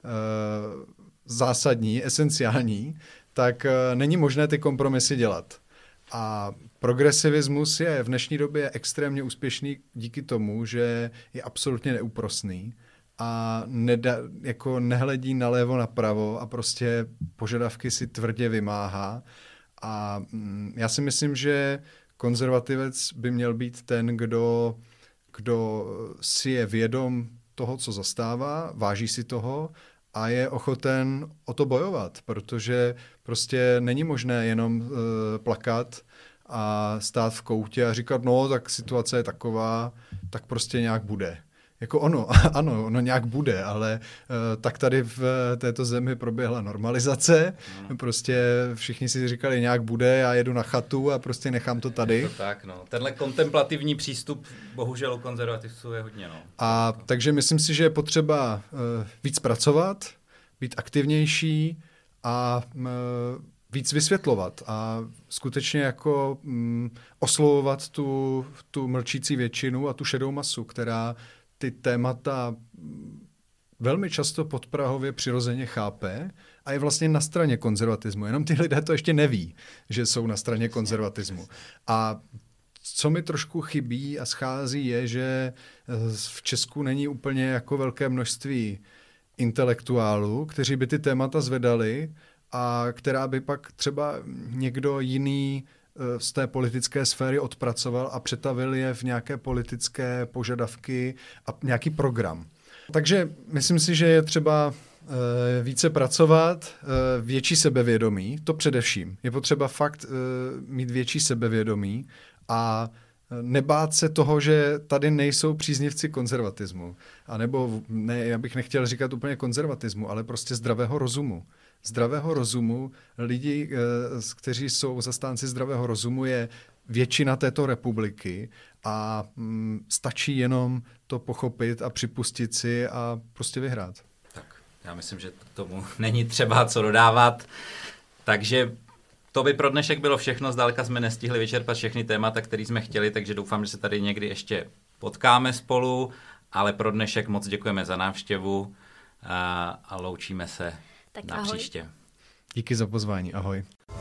uh, zásadní, esenciální, tak uh, není možné ty kompromisy dělat. A progresivismus je v dnešní době extrémně úspěšný díky tomu, že je absolutně neúprosný a neda, jako nehledí nalevo napravo a prostě požadavky si tvrdě vymáhá. A mm, já si myslím, že konzervativec by měl být ten, kdo, kdo si je vědom toho, co zastává, váží si toho a je ochoten o to bojovat, protože prostě není možné jenom uh, plakat a stát v koutě a říkat, no, tak situace je taková, tak prostě nějak bude. Jako ono, ano, ono nějak bude, ale uh, tak tady v této zemi proběhla normalizace, no. Prostě všichni si říkali, nějak bude, já jedu na chatu a prostě nechám to tady. Je to tak, no. Tenhle kontemplativní přístup bohužel u konzervativců je hodně, no. A takže myslím si, že je potřeba uh, víc pracovat, být aktivnější a uh, víc vysvětlovat a skutečně jako um, oslovovat tu, tu mlčící většinu a tu šedou masu, která ty témata velmi často podprahově přirozeně chápe a je vlastně na straně konzervatismu. Jenom ty lidé to ještě neví, že jsou na straně konzervatismu. A co mi trošku chybí a schází je, že v Česku není úplně jako velké množství intelektuálů, kteří by ty témata zvedali a která by pak třeba někdo jiný z té politické sféry odpracoval a přetavil je v nějaké politické požadavky a nějaký program. Takže myslím si, že je třeba e, více pracovat, e, větší sebevědomí, to především. Je potřeba fakt e, mít větší sebevědomí a nebát se toho, že tady nejsou příznivci konzervatismu. A nebo, ne, já bych nechtěl říkat úplně konzervatismu, ale prostě zdravého rozumu. Zdravého rozumu, lidi, kteří jsou zastánci zdravého rozumu, je většina této republiky a mm, stačí jenom to pochopit a připustit si a prostě vyhrát. Tak, já myslím, že tomu není třeba co dodávat. Takže to by pro dnešek bylo všechno. Zdaleka jsme nestihli vyčerpat všechny témata, které jsme chtěli, takže doufám, že se tady někdy ještě potkáme spolu, ale pro dnešek moc děkujeme za návštěvu a, a loučíme se. Tak na ahoj. příště. Díky za pozvání, ahoj.